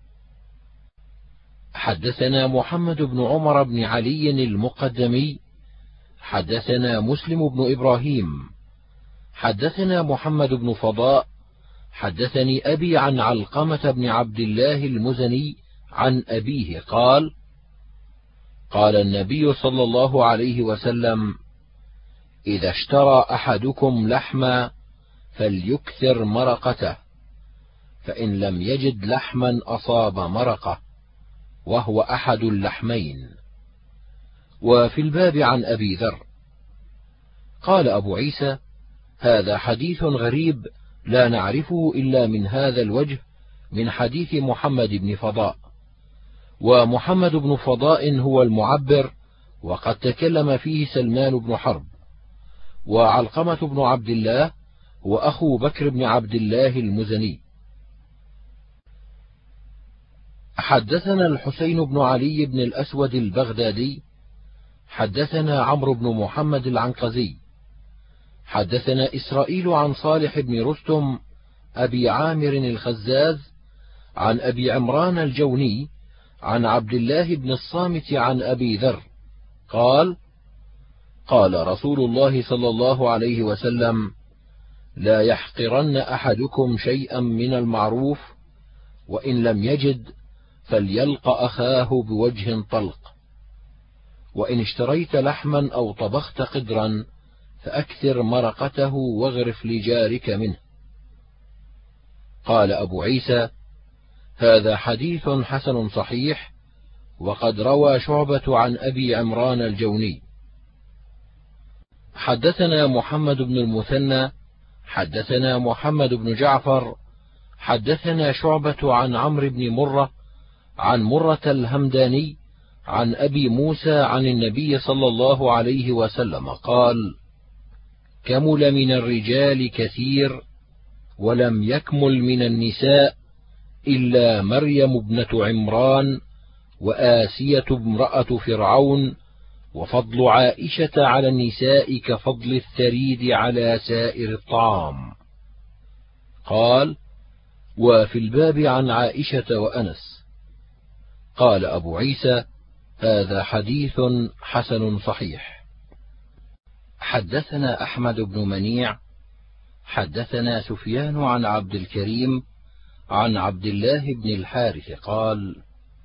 حدثنا محمد بن عمر بن علي المقدمي حدثنا مسلم بن إبراهيم حدثنا محمد بن فضاء حدثني أبي عن علقمة بن عبد الله المزني عن أبيه قال: قال النبي صلى الله عليه وسلم: إذا اشترى أحدكم لحما فليكثر مرقته، فإن لم يجد لحما أصاب مرقه، وهو أحد اللحمين. وفي الباب عن أبي ذر. قال أبو عيسى: هذا حديث غريب لا نعرفه إلا من هذا الوجه من حديث محمد بن فضاء. ومحمد بن فضاء هو المعبر، وقد تكلم فيه سلمان بن حرب. وعلقمة بن عبد الله هو أخو بكر بن عبد الله المزني. حدثنا الحسين بن علي بن الأسود البغدادي حدثنا عمرو بن محمد العنقزي حدثنا إسرائيل عن صالح بن رستم أبي عامر الخزاز عن أبي عمران الجوني عن عبد الله بن الصامت عن أبي ذر قال: قال رسول الله صلى الله عليه وسلم: لا يحقرن أحدكم شيئا من المعروف، وإن لم يجد فليلق أخاه بوجه طلق، وإن اشتريت لحما أو طبخت قدرا فأكثر مرقته واغرف لجارك منه. قال أبو عيسى: هذا حديث حسن صحيح، وقد روى شعبة عن أبي عمران الجوني. حدثنا محمد بن المثنى حدثنا محمد بن جعفر حدثنا شعبة عن عمرو بن مرة عن مرة الهمداني عن أبي موسى عن النبي صلى الله عليه وسلم قال: كمل من الرجال كثير، ولم يكمل من النساء إلا مريم ابنة عمران وآسية امرأة فرعون، وفضل عائشة على النساء كفضل الثريد على سائر الطعام. قال: وفي الباب عن عائشة وأنس. قال أبو عيسى: هذا حديث حسن صحيح. حدثنا أحمد بن منيع حدثنا سفيان عن عبد الكريم عن عبد الله بن الحارث قال: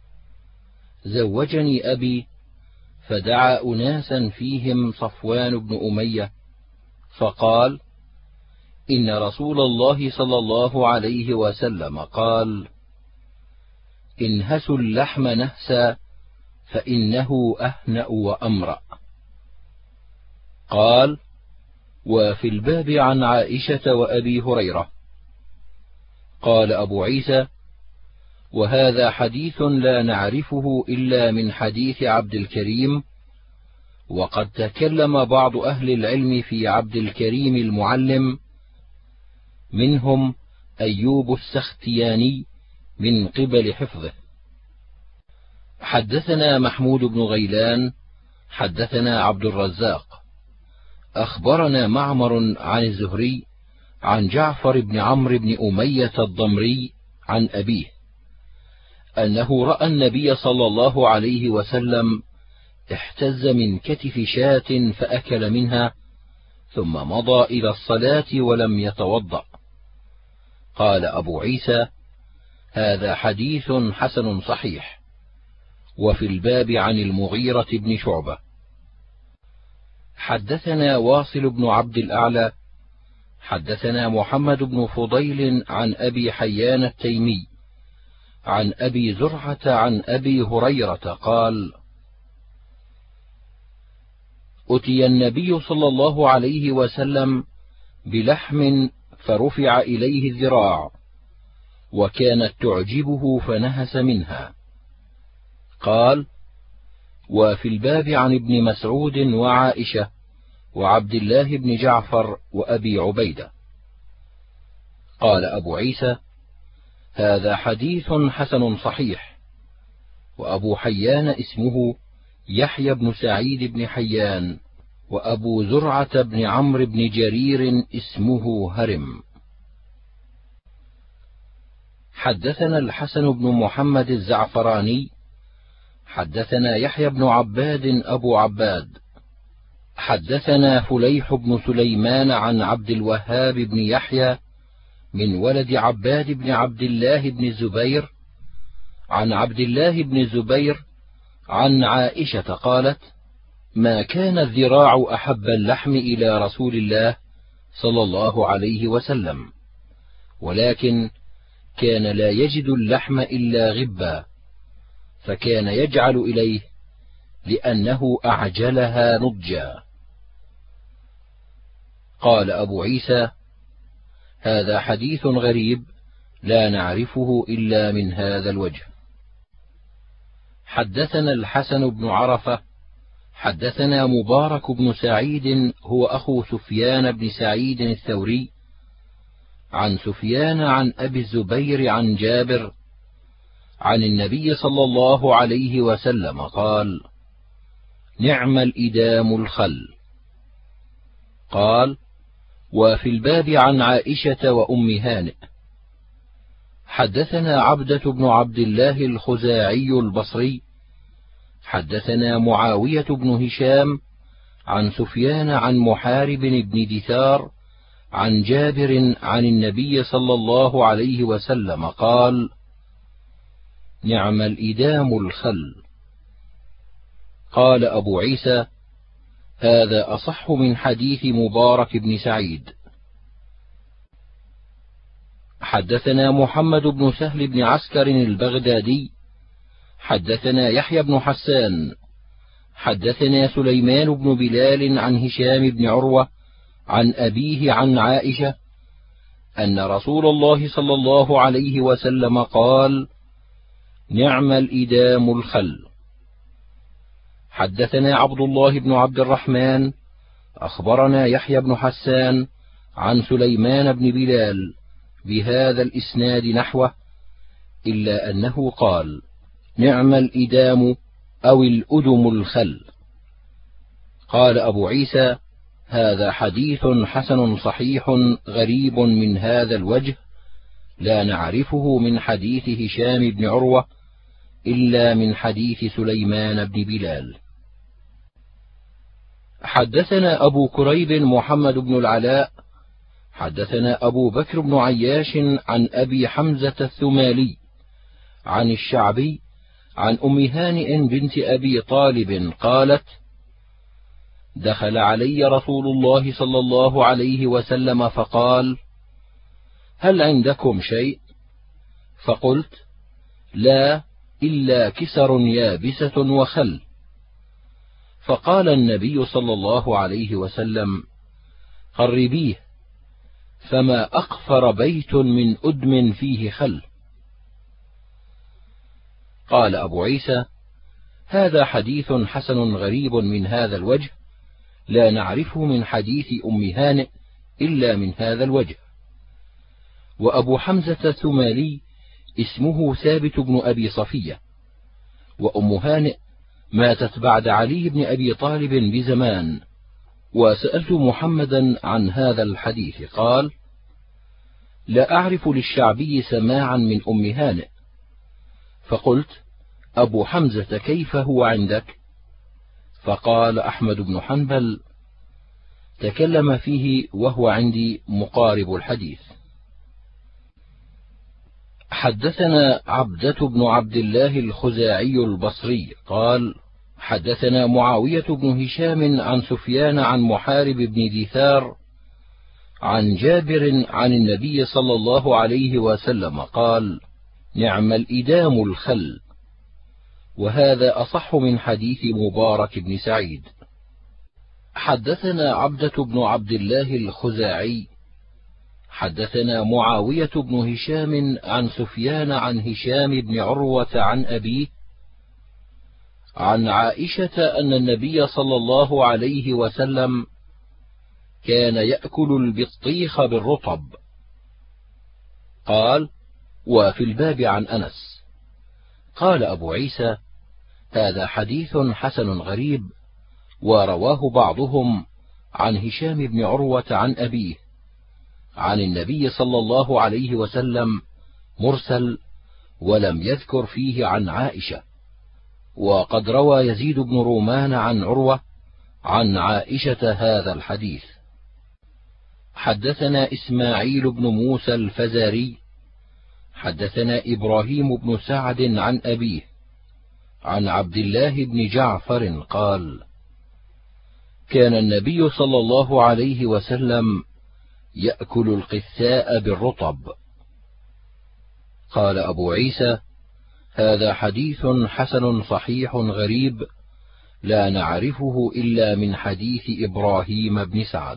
زوجني أبي، فدعا أناسا فيهم صفوان بن أمية، فقال: إن رسول الله صلى الله عليه وسلم قال: انهسوا اللحم نهسا، فإنه أهنأ وأمرأ. قال: وفي الباب عن عائشة وأبي هريرة. قال أبو عيسى: وهذا حديث لا نعرفه إلا من حديث عبد الكريم، وقد تكلم بعض أهل العلم في عبد الكريم المعلم، منهم أيوب السختياني من قبل حفظه. حدثنا محمود بن غيلان حدثنا عبد الرزاق أخبرنا معمر عن الزهري عن جعفر بن عمرو بن أمية الضمري عن أبيه أنه رأى النبي صلى الله عليه وسلم احتز من كتف شاة فأكل منها، ثم مضى إلى الصلاة ولم يتوضأ. قال أبو عيسى: هذا حديث حسن صحيح. وفي الباب عن المغيرة بن شعبة. حدثنا واصل بن عبد الأعلى حدثنا محمد بن فضيل عن أبي حيان التيمي عن أبي زرعة عن أبي هريرة قال: أتي النبي صلى الله عليه وسلم بلحم فرفع إليه الذراع، وكانت تعجبه فنهس منها. قال: وفي الباب عن ابن مسعود وعائشة وعبد الله بن جعفر وأبي عبيدة. قال أبو عيسى: هذا حديث حسن صحيح. وأبو حيان اسمه يحيى بن سعيد بن حيان، وأبو زرعة بن عمرو بن جرير اسمه هرم. حدثنا الحسن بن محمد الزعفراني حدثنا يحيى بن عباد أبو عباد حدثنا فليح بن سليمان عن عبد الوهاب بن يحيى من ولد عباد بن عبد الله بن الزبير عن عبد الله بن الزبير عن عائشة قالت: ما كان الذراع أحب اللحم إلى رسول الله صلى الله عليه وسلم، ولكن كان لا يجد اللحم إلا غبا، فكان يجعل إليه لأنه أعجلها نضجا. قال أبو عيسى: هذا حديث غريب لا نعرفه إلا من هذا الوجه. حدثنا الحسن بن عرفة حدثنا مبارك بن سعيد هو أخو سفيان بن سعيد الثوري عن سفيان عن أبي الزبير عن جابر عن النبي صلى الله عليه وسلم قال: نعم الإدام الخل. قال: وفي الباب عن عائشة وأم هانئ. حدثنا عبدة بن عبد الله الخزاعي البصري حدثنا معاوية بن هشام عن سفيان عن محارب بن دثار عن جابر عن النبي صلى الله عليه وسلم قال: نعم الإدام الخل. قال أبو عيسى: هذا أصح من حديث مبارك بن سعيد. حدثنا محمد بن سهل بن عسكر البغدادي حدثنا يحيى بن حسان حدثنا سليمان بن بلال عن هشام بن عروة عن أبيه عن عائشة أن رسول الله صلى الله عليه وسلم قال: نعم الإدام الخل. حدثنا عبد الله بن عبد الرحمن أخبرنا يحيى بن حسان عن سليمان بن بلال بهذا الإسناد نحوه، إلا أنه قال: نعم الإدام أو الأدم الخل. قال أبو عيسى: هذا حديث حسن صحيح غريب من هذا الوجه، لا نعرفه من حديث هشام بن عروة إلا من حديث سليمان بن بلال. حدثنا أبو كريب محمد بن العلاء حدثنا أبو بكر بن عياش عن أبي حمزة الثمالي عن الشعبي عن أم هانئ بنت أبي طالب قالت: دخل علي رسول الله صلى الله عليه وسلم فقال: هل عندكم شيء؟ فقلت: لا، إلا كسر يابسة وخل. فقال النبي صلى الله عليه وسلم: قربيه، فما أقفر بيت من أدم فيه خل. قال أبو عيسى: هذا حديث حسن غريب من هذا الوجه، لا نعرفه من حديث أم هانئ إلا من هذا الوجه. وأبو حمزة الثمالي اسمه ثابت بن أبي صفية، وأم هانئ ماتت بعد علي بن أبي طالب بزمان. وسألت محمدا عن هذا الحديث قال: لا أعرف للشعبي سماعا من أم هانئ. فقلت: أبو حمزة كيف هو عندك؟ فقال أحمد بن حنبل: تكلم فيه وهو عندي مقارب الحديث. حدثنا عبدة بن عبد الله الخزاعي البصري قال: حدثنا معاوية بن هشام عن سفيان عن محارب بن دثار عن جابر عن النبي صلى الله عليه وسلم قال: نعم الإدام الخل. وهذا أصح من حديث مبارك بن سعيد. حدثنا عبدة بن عبد الله الخزاعي حدثنا معاوية بن هشام عن سفيان عن هشام بن عروة عن أبيه عن عائشة أن النبي صلى الله عليه وسلم كان يأكل البطيخ بالرطب. قال: وفي الباب عن أنس. قال أبو عيسى: هذا حديث حسن غريب، ورواه بعضهم عن هشام بن عروة عن أبيه عن النبي صلى الله عليه وسلم مرسل، ولم يذكر فيه عن عائشة. وقد روى يزيد بن رومان عن عروة عن عائشة هذا الحديث. حدثنا إسماعيل بن موسى الفزاري حدثنا إبراهيم بن سعد عن أبيه عن عبد الله بن جعفر قال: كان النبي صلى الله عليه وسلم يأكل القثاء بالرطب. قال أبو عيسى: هذا حديث حسن صحيح غريب، لا نعرفه إلا من حديث إبراهيم بن سعد.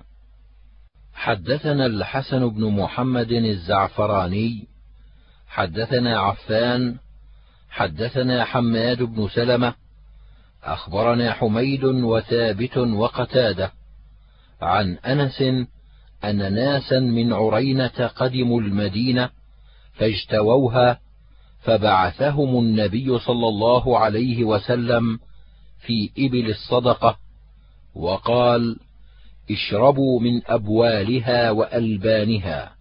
حدثنا الحسن بن محمد الزعفراني حدثنا عفان حدثنا حماد بن سلمة أخبرنا حميد وثابت وقتادة عن أنس أن ناسا من عرينة قدموا المدينة فاجتووها، فبعثهم النبي صلى الله عليه وسلم في إبل الصدقة، وقال: اشربوا من أبوالها وألبانها.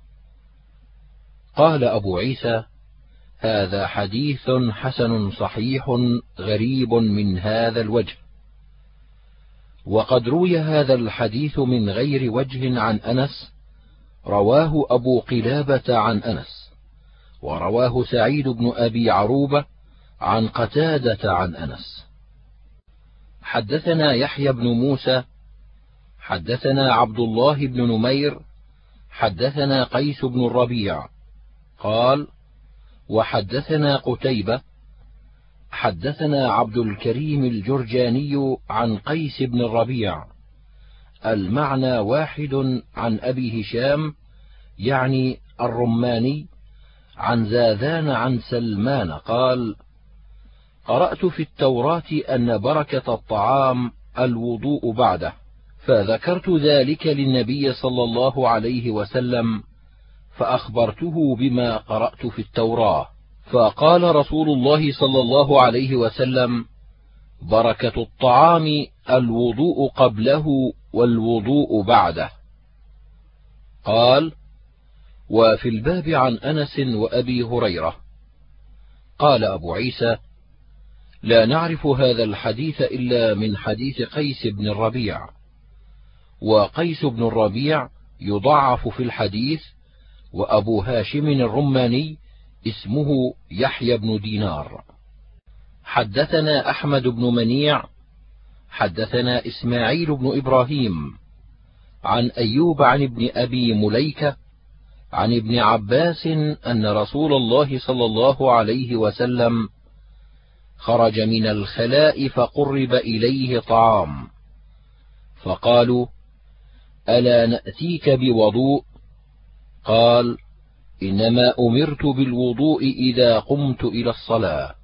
قال أبو عيسى: هذا حديث حسن صحيح غريب من هذا الوجه. وقد روي هذا الحديث من غير وجه عن أنس، رواه أبو قلابة عن أنس، ورواه سعيد بن أبي عروبة عن قتادة عن أنس. حدثنا يحيى بن موسى حدثنا عبد الله بن نمير حدثنا قيس بن الربيع قال: وحدثنا قتيبة حدثنا عبد الكريم الجرجاني عن قيس بن الربيع، المعنى واحد، عن أبي هشام يعني الرماني عن زاذان عن سلمان قال: قرأت في التوراة أن بركة الطعام الوضوء بعده، فذكرت ذلك للنبي صلى الله عليه وسلم، فأخبرته بما قرأت في التوراة، فقال رسول الله صلى الله عليه وسلم: بركة الطعام الوضوء قبله والوضوء بعده. قال: وفي الباب عن أنس وأبي هريرة. قال أبو عيسى: لا نعرف هذا الحديث إلا من حديث قيس بن الربيع، وقيس بن الربيع يضعف في الحديث، وأبو هاشم الرماني اسمه يحيى بن دينار. حدثنا أحمد بن منيع حدثنا إسماعيل بن إبراهيم عن أيوب عن ابن أبي مليكة عن ابن عباس أن رسول الله صلى الله عليه وسلم خرج من الخلاء فقرب إليه طعام، فقالوا: ألا نأتيك بوضوء؟ قال: إنما أمرت بالوضوء إذا قمت إلى الصلاة.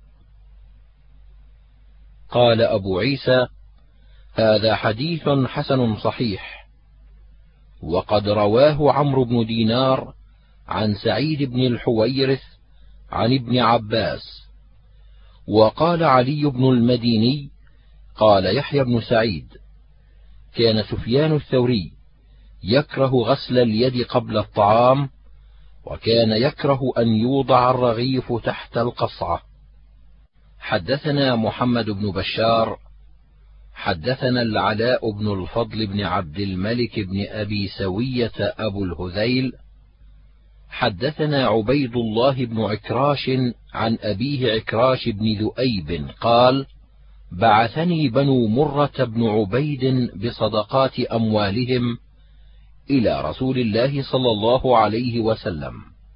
قال أبو عيسى: هذا حديث حسن صحيح. وقد رواه عمرو بن دينار عن سعيد بن الحويرث عن ابن عباس. وقال علي بن المديني قال يحيى بن سعيد: كان سفيان الثوري يكره غسل اليد قبل الطعام، وكان يكره أن يوضع الرغيف تحت القصعة. حدثنا محمد بن بشار حدثنا العلاء بن الفضل بن عبد الملك بن أبي سوية أبو الهذيل حدثنا عبيد الله بن عكراش عن أبيه عكراش بن ذؤيب قال: بعثني بنو مرة بن عبيد بصدقات أموالهم إلى رسول الله صلى الله عليه وسلم،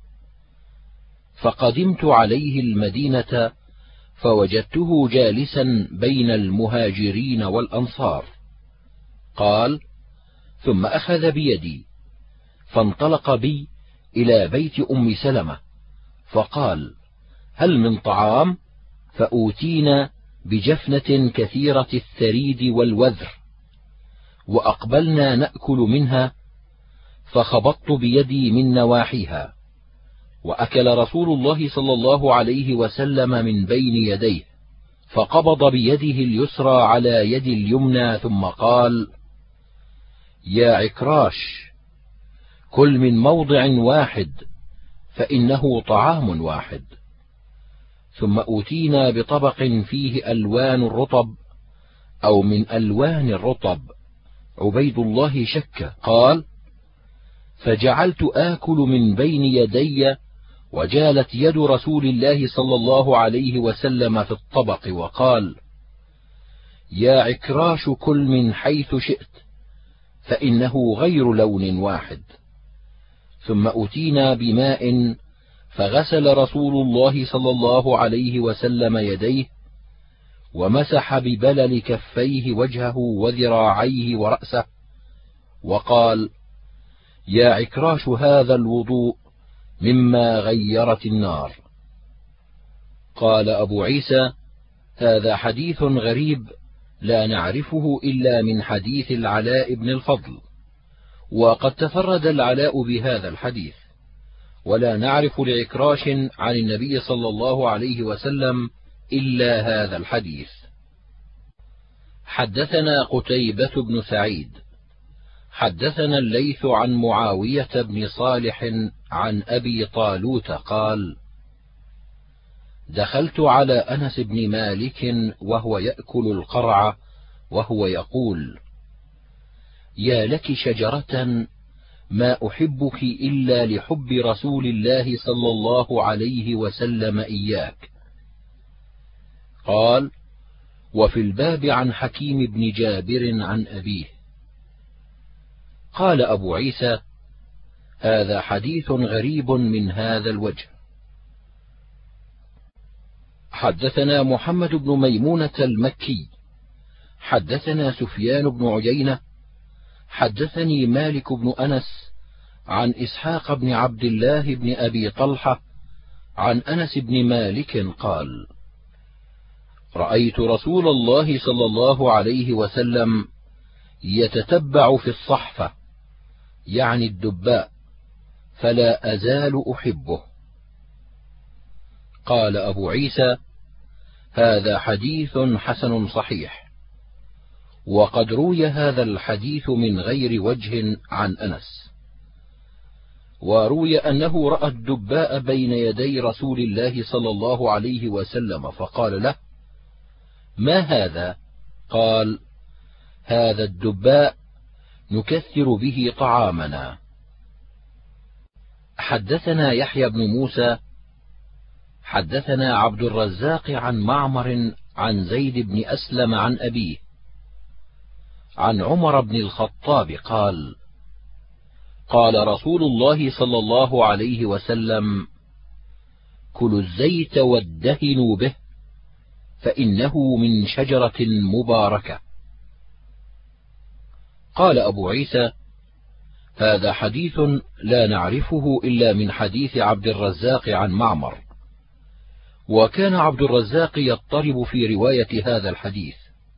فقدمت عليه المدينة فوجدته جالسا بين المهاجرين والأنصار. قال: ثم أخذ بيدي فانطلق بي إلى بيت أم سلمة، فقال: هل من طعام؟ فأوتينا بجفنة كثيرة الثريد والوذر، وأقبلنا نأكل منها، فخبطت بيدي من نواحيها، وأكل رسول الله صلى الله عليه وسلم من بين يديه، فقبض بيده اليسرى على يد اليمنى، ثم قال: يا عكراش، كل من موضع واحد فإنه طعام واحد. ثم أوتينا بطبق فيه ألوان الرطب أو من ألوان الرطب. عبيد الله شك، قال: فجعلت آكل من بين يدي، وجالت يد رسول الله صلى الله عليه وسلم في الطبق، وقال: يا عكراش، كل من حيث شئت فإنه غير لون واحد. ثم أتينا بماء، فغسل رسول الله صلى الله عليه وسلم يديه، ومسح ببلل كفيه وجهه وذراعيه ورأسه، وقال: يا عكراش، هذا الوضوء مما غيرت النار. قال أبو عيسى: هذا حديث غريب لا نعرفه إلا من حديث العلاء بن الفضل، وقد تفرد العلاء بهذا الحديث، ولا نعرف لعكراش عن النبي صلى الله عليه وسلم إلا هذا الحديث. حدثنا قتيبة بن سعيد حدثنا الليث عن معاوية بن صالح عن أبي طالوت قال: دخلت على أنس بن مالك وهو يأكل القرع، وهو يقول: يا لك شجرة ما أحبك إلا لحب رسول الله صلى الله عليه وسلم إياك. قال: وفي الباب عن حكيم بن جابر عن أبيه. قال أبو عيسى: هذا حديث غريب من هذا الوجه. حدثنا محمد بن ميمونة المكي حدثنا سفيان بن عيينة حدثني مالك بن أنس عن إسحاق بن عبد الله بن أبي طلحة عن أنس بن مالك قال: رأيت رسول الله صلى الله عليه وسلم يتتبع في الصحفة، يعني الدباء، فلا أزال أحبه. قال أبو عيسى: هذا حديث حسن صحيح، وقد روي هذا الحديث من غير وجه عن أنس، وروي أنه رأى الدباء بين يدي رسول الله صلى الله عليه وسلم، فقال له: ما هذا؟ قال: هذا الدباء نكثر به طعامنا. حدثنا يحيى بن موسى حدثنا عبد الرزاق عن معمر عن زيد بن أسلم عن أبيه عن عمر بن الخطاب قال: قال رسول الله صلى الله عليه وسلم: كلوا الزيت وادهنوا به، فإنه من شجرة مباركة. قال أبو عيسى: هذا حديث لا نعرفه إلا من حديث عبد الرزاق عن معمر، وكان عبد الرزاق يضطرب في رواية هذا الحديث،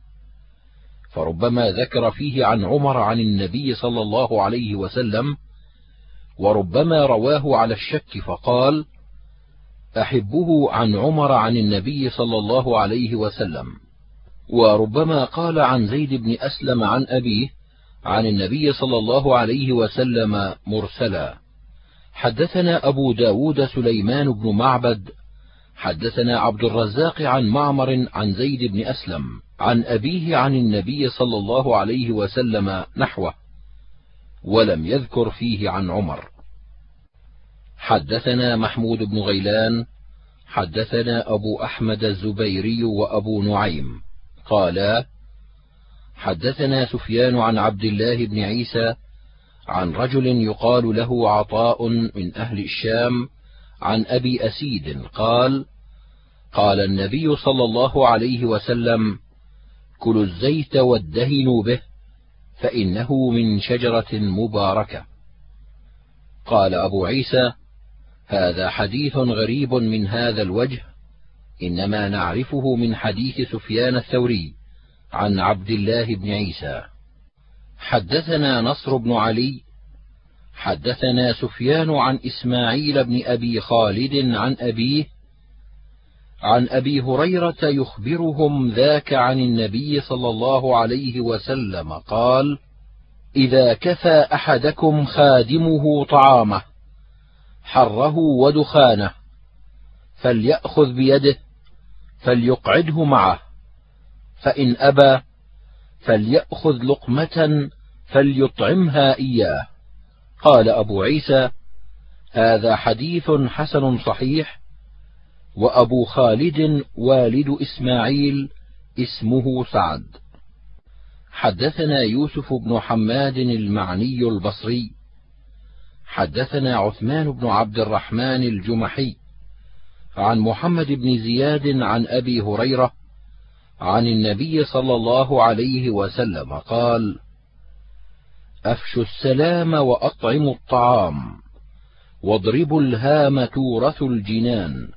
فربما ذكر فيه عن عمر عن النبي صلى الله عليه وسلم، وربما رواه على الشك فقال: أحبه عن عمر عن النبي صلى الله عليه وسلم، وربما قال عن زيد بن أسلم عن أبيه عن النبي صلى الله عليه وسلم مرسلا. حدثنا أبو داود سليمان بن معبد حدثنا عبد الرزاق عن معمر عن زيد بن أسلم عن أبيه عن النبي صلى الله عليه وسلم نحوه، ولم يذكر فيه عن عمر. حدثنا محمود بن غيلان حدثنا أبو أحمد الزبيري وأبو نعيم قالا حدثنا سفيان عن عبد الله بن عيسى عن رجل يقال له عطاء من أهل الشام عن أبي أسيد قال قال النبي صلى الله عليه وسلم: كلوا الزيت وادهنوا به فإنه من شجرة مباركة. قال أبو عيسى: هذا حديث غريب من هذا الوجه، إنما نعرفه من حديث سفيان الثوري عن عبد الله بن عيسى. حدثنا نصر بن علي حدثنا سفيان عن إسماعيل بن أبي خالد عن أبيه عن أبي هريرة يخبرهم ذاك عن النبي صلى الله عليه وسلم قال: إذا كفى أحدكم خادمه طعامه حره ودخانه فليأخذ بيده فليقعده معه، فإن أبى فليأخذ لقمة فليطعمها إياه. قال أبو عيسى: هذا حديث حسن صحيح. وأبو خالد والد إسماعيل اسمه سعد. حدثنا يوسف بن حماد المعني البصري حدثنا عثمان بن عبد الرحمن الجمحي عن محمد بن زياد عن أبي هريرة عن النبي صلى الله عليه وسلم قال: أفشوا السلام وأطعموا الطعام واضربوا الهام تورث الجنان.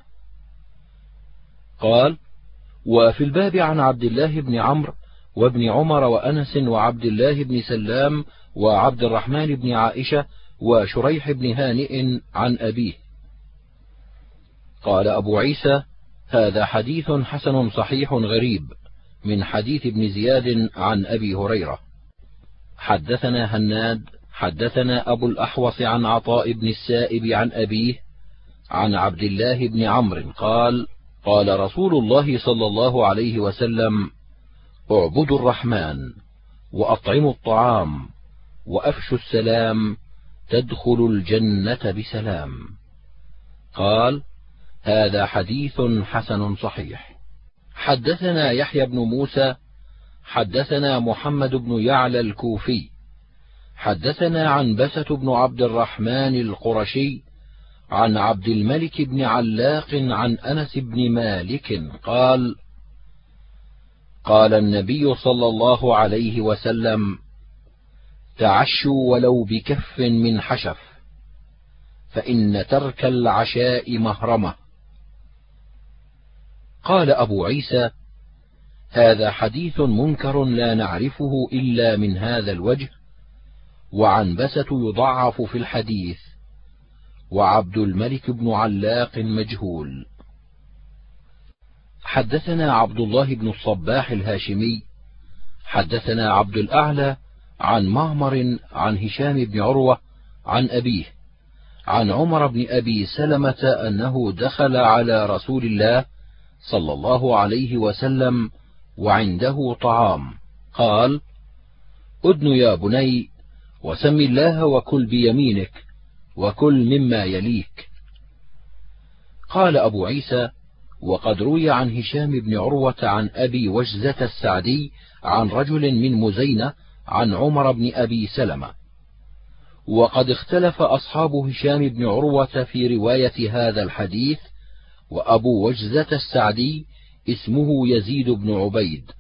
قال: وفي الباب عن عبد الله بن عمرو وابن عمر وأنس وعبد الله بن سلام وعبد الرحمن بن عائشة وشريح بن هانئ عن أبيه. قال أبو عيسى: هذا حديث حسن صحيح غريب من حديث ابن زياد عن أبي هريرة. حدثنا هناد حدثنا أبو الأحوص عن عطاء بن السائب عن أبيه عن عبد الله بن عمرو قال: قال رسول الله صلى الله عليه وسلم: اعبدوا الرحمن وأطعموا الطعام وأفشوا السلام تدخلوا الجنة بسلام. قال: هذا حديث حسن صحيح. حدثنا يحيى بن موسى حدثنا محمد بن يعلى الكوفي حدثنا عنبسة بن عبد الرحمن القرشي عن عبد الملك بن علاق عن أنس بن مالك قال: قال النبي صلى الله عليه وسلم: تعشوا ولو بكف من حشف، فإن ترك العشاء مهرمة. قال أبو عيسى: هذا حديث منكر لا نعرفه إلا من هذا الوجه، وعنبسة يضعف في الحديث، وعبد الملك بن علاق مجهول. حدثنا عبد الله بن الصباح الهاشمي حدثنا عبد الأعلى عن معمر عن هشام بن عروة عن أبيه عن عمر بن أبي سلمة أنه دخل على رسول الله صلى الله عليه وسلم وعنده طعام، قال: أدن يا بني وسم الله وكل بيمينك وكل مما يليك. قال أبو عيسى: وقد روي عن هشام بن عروة عن أبي وجزة السعدي عن رجل من مزينة عن عمر بن أبي سلمة. وقد اختلف أصحاب هشام بن عروة في رواية هذا الحديث، وأبو وجزة السعدي اسمه يزيد بن عبيد.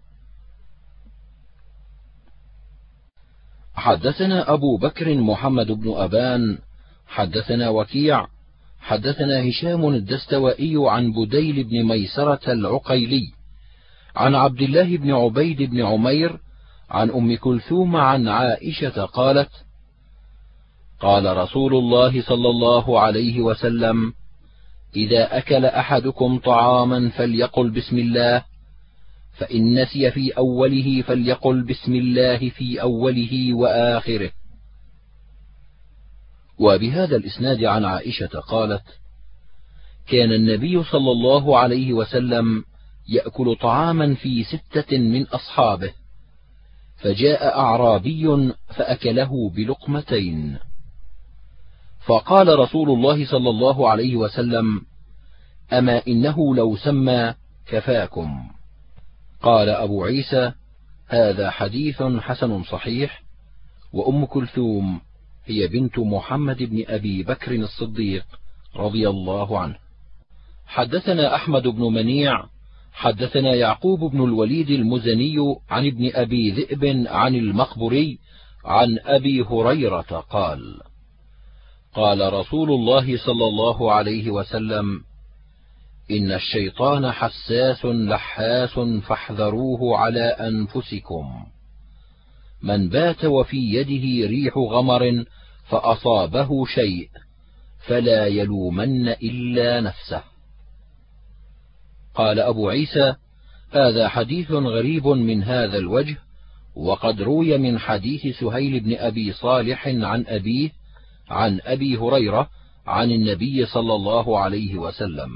حدثنا أبو بكر محمد بن أبان حدثنا وكيع حدثنا هشام الدستوائي عن بديل بن ميسرة العقيلي عن عبد الله بن عبيد بن عمير عن أم كلثوم عن عائشة قالت: قال رسول الله صلى الله عليه وسلم: إذا أكل أحدكم طعاما فليقل بسم الله، فإن نسي في أوله فليقل بسم الله في أوله وآخره. وبهذا الإسناد عن عائشة قالت: كان النبي صلى الله عليه وسلم يأكل طعاما في 6 من أصحابه، فجاء أعرابي فأكله بلقمتين، فقال رسول الله صلى الله عليه وسلم: أما إنه لو سمى كفاكم. قال أبو عيسى: هذا حديث حسن صحيح. وأم كلثوم هي بنت محمد بن أبي بكر الصديق رضي الله عنه. حدثنا أحمد بن منيع حدثنا يعقوب بن الوليد المزني عن ابن أبي ذئب عن المقبري عن أبي هريرة قال: قال رسول الله صلى الله عليه وسلم: إن الشيطان حساس لحاس فاحذروه على أنفسكم. من بات وفي يده ريح غمر فأصابه شيء فلا يلومن إلا نفسه. قال أبو عيسى: هذا حديث غريب من هذا الوجه، وقد روي من حديث سهيل بن أبي صالح عن أبيه عن أبي هريرة عن النبي صلى الله عليه وسلم.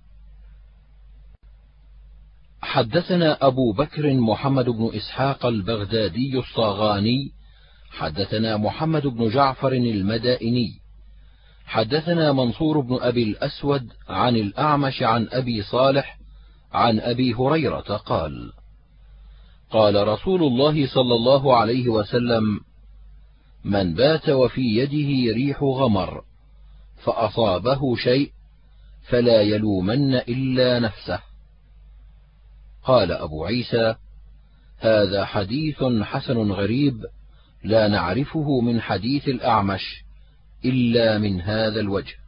حدثنا أبو بكر محمد بن إسحاق البغدادي الصاغاني حدثنا محمد بن جعفر المدائني حدثنا منصور بن أبي الأسود عن الأعمش عن أبي صالح عن أبي هريرة قال: قال رسول الله صلى الله عليه وسلم: من بات وفي يده ريح غمر فأصابه شيء فلا يلومن إلا نفسه. قال أبو عيسى: هذا حديث حسن غريب لا نعرفه من حديث الأعمش إلا من هذا الوجه.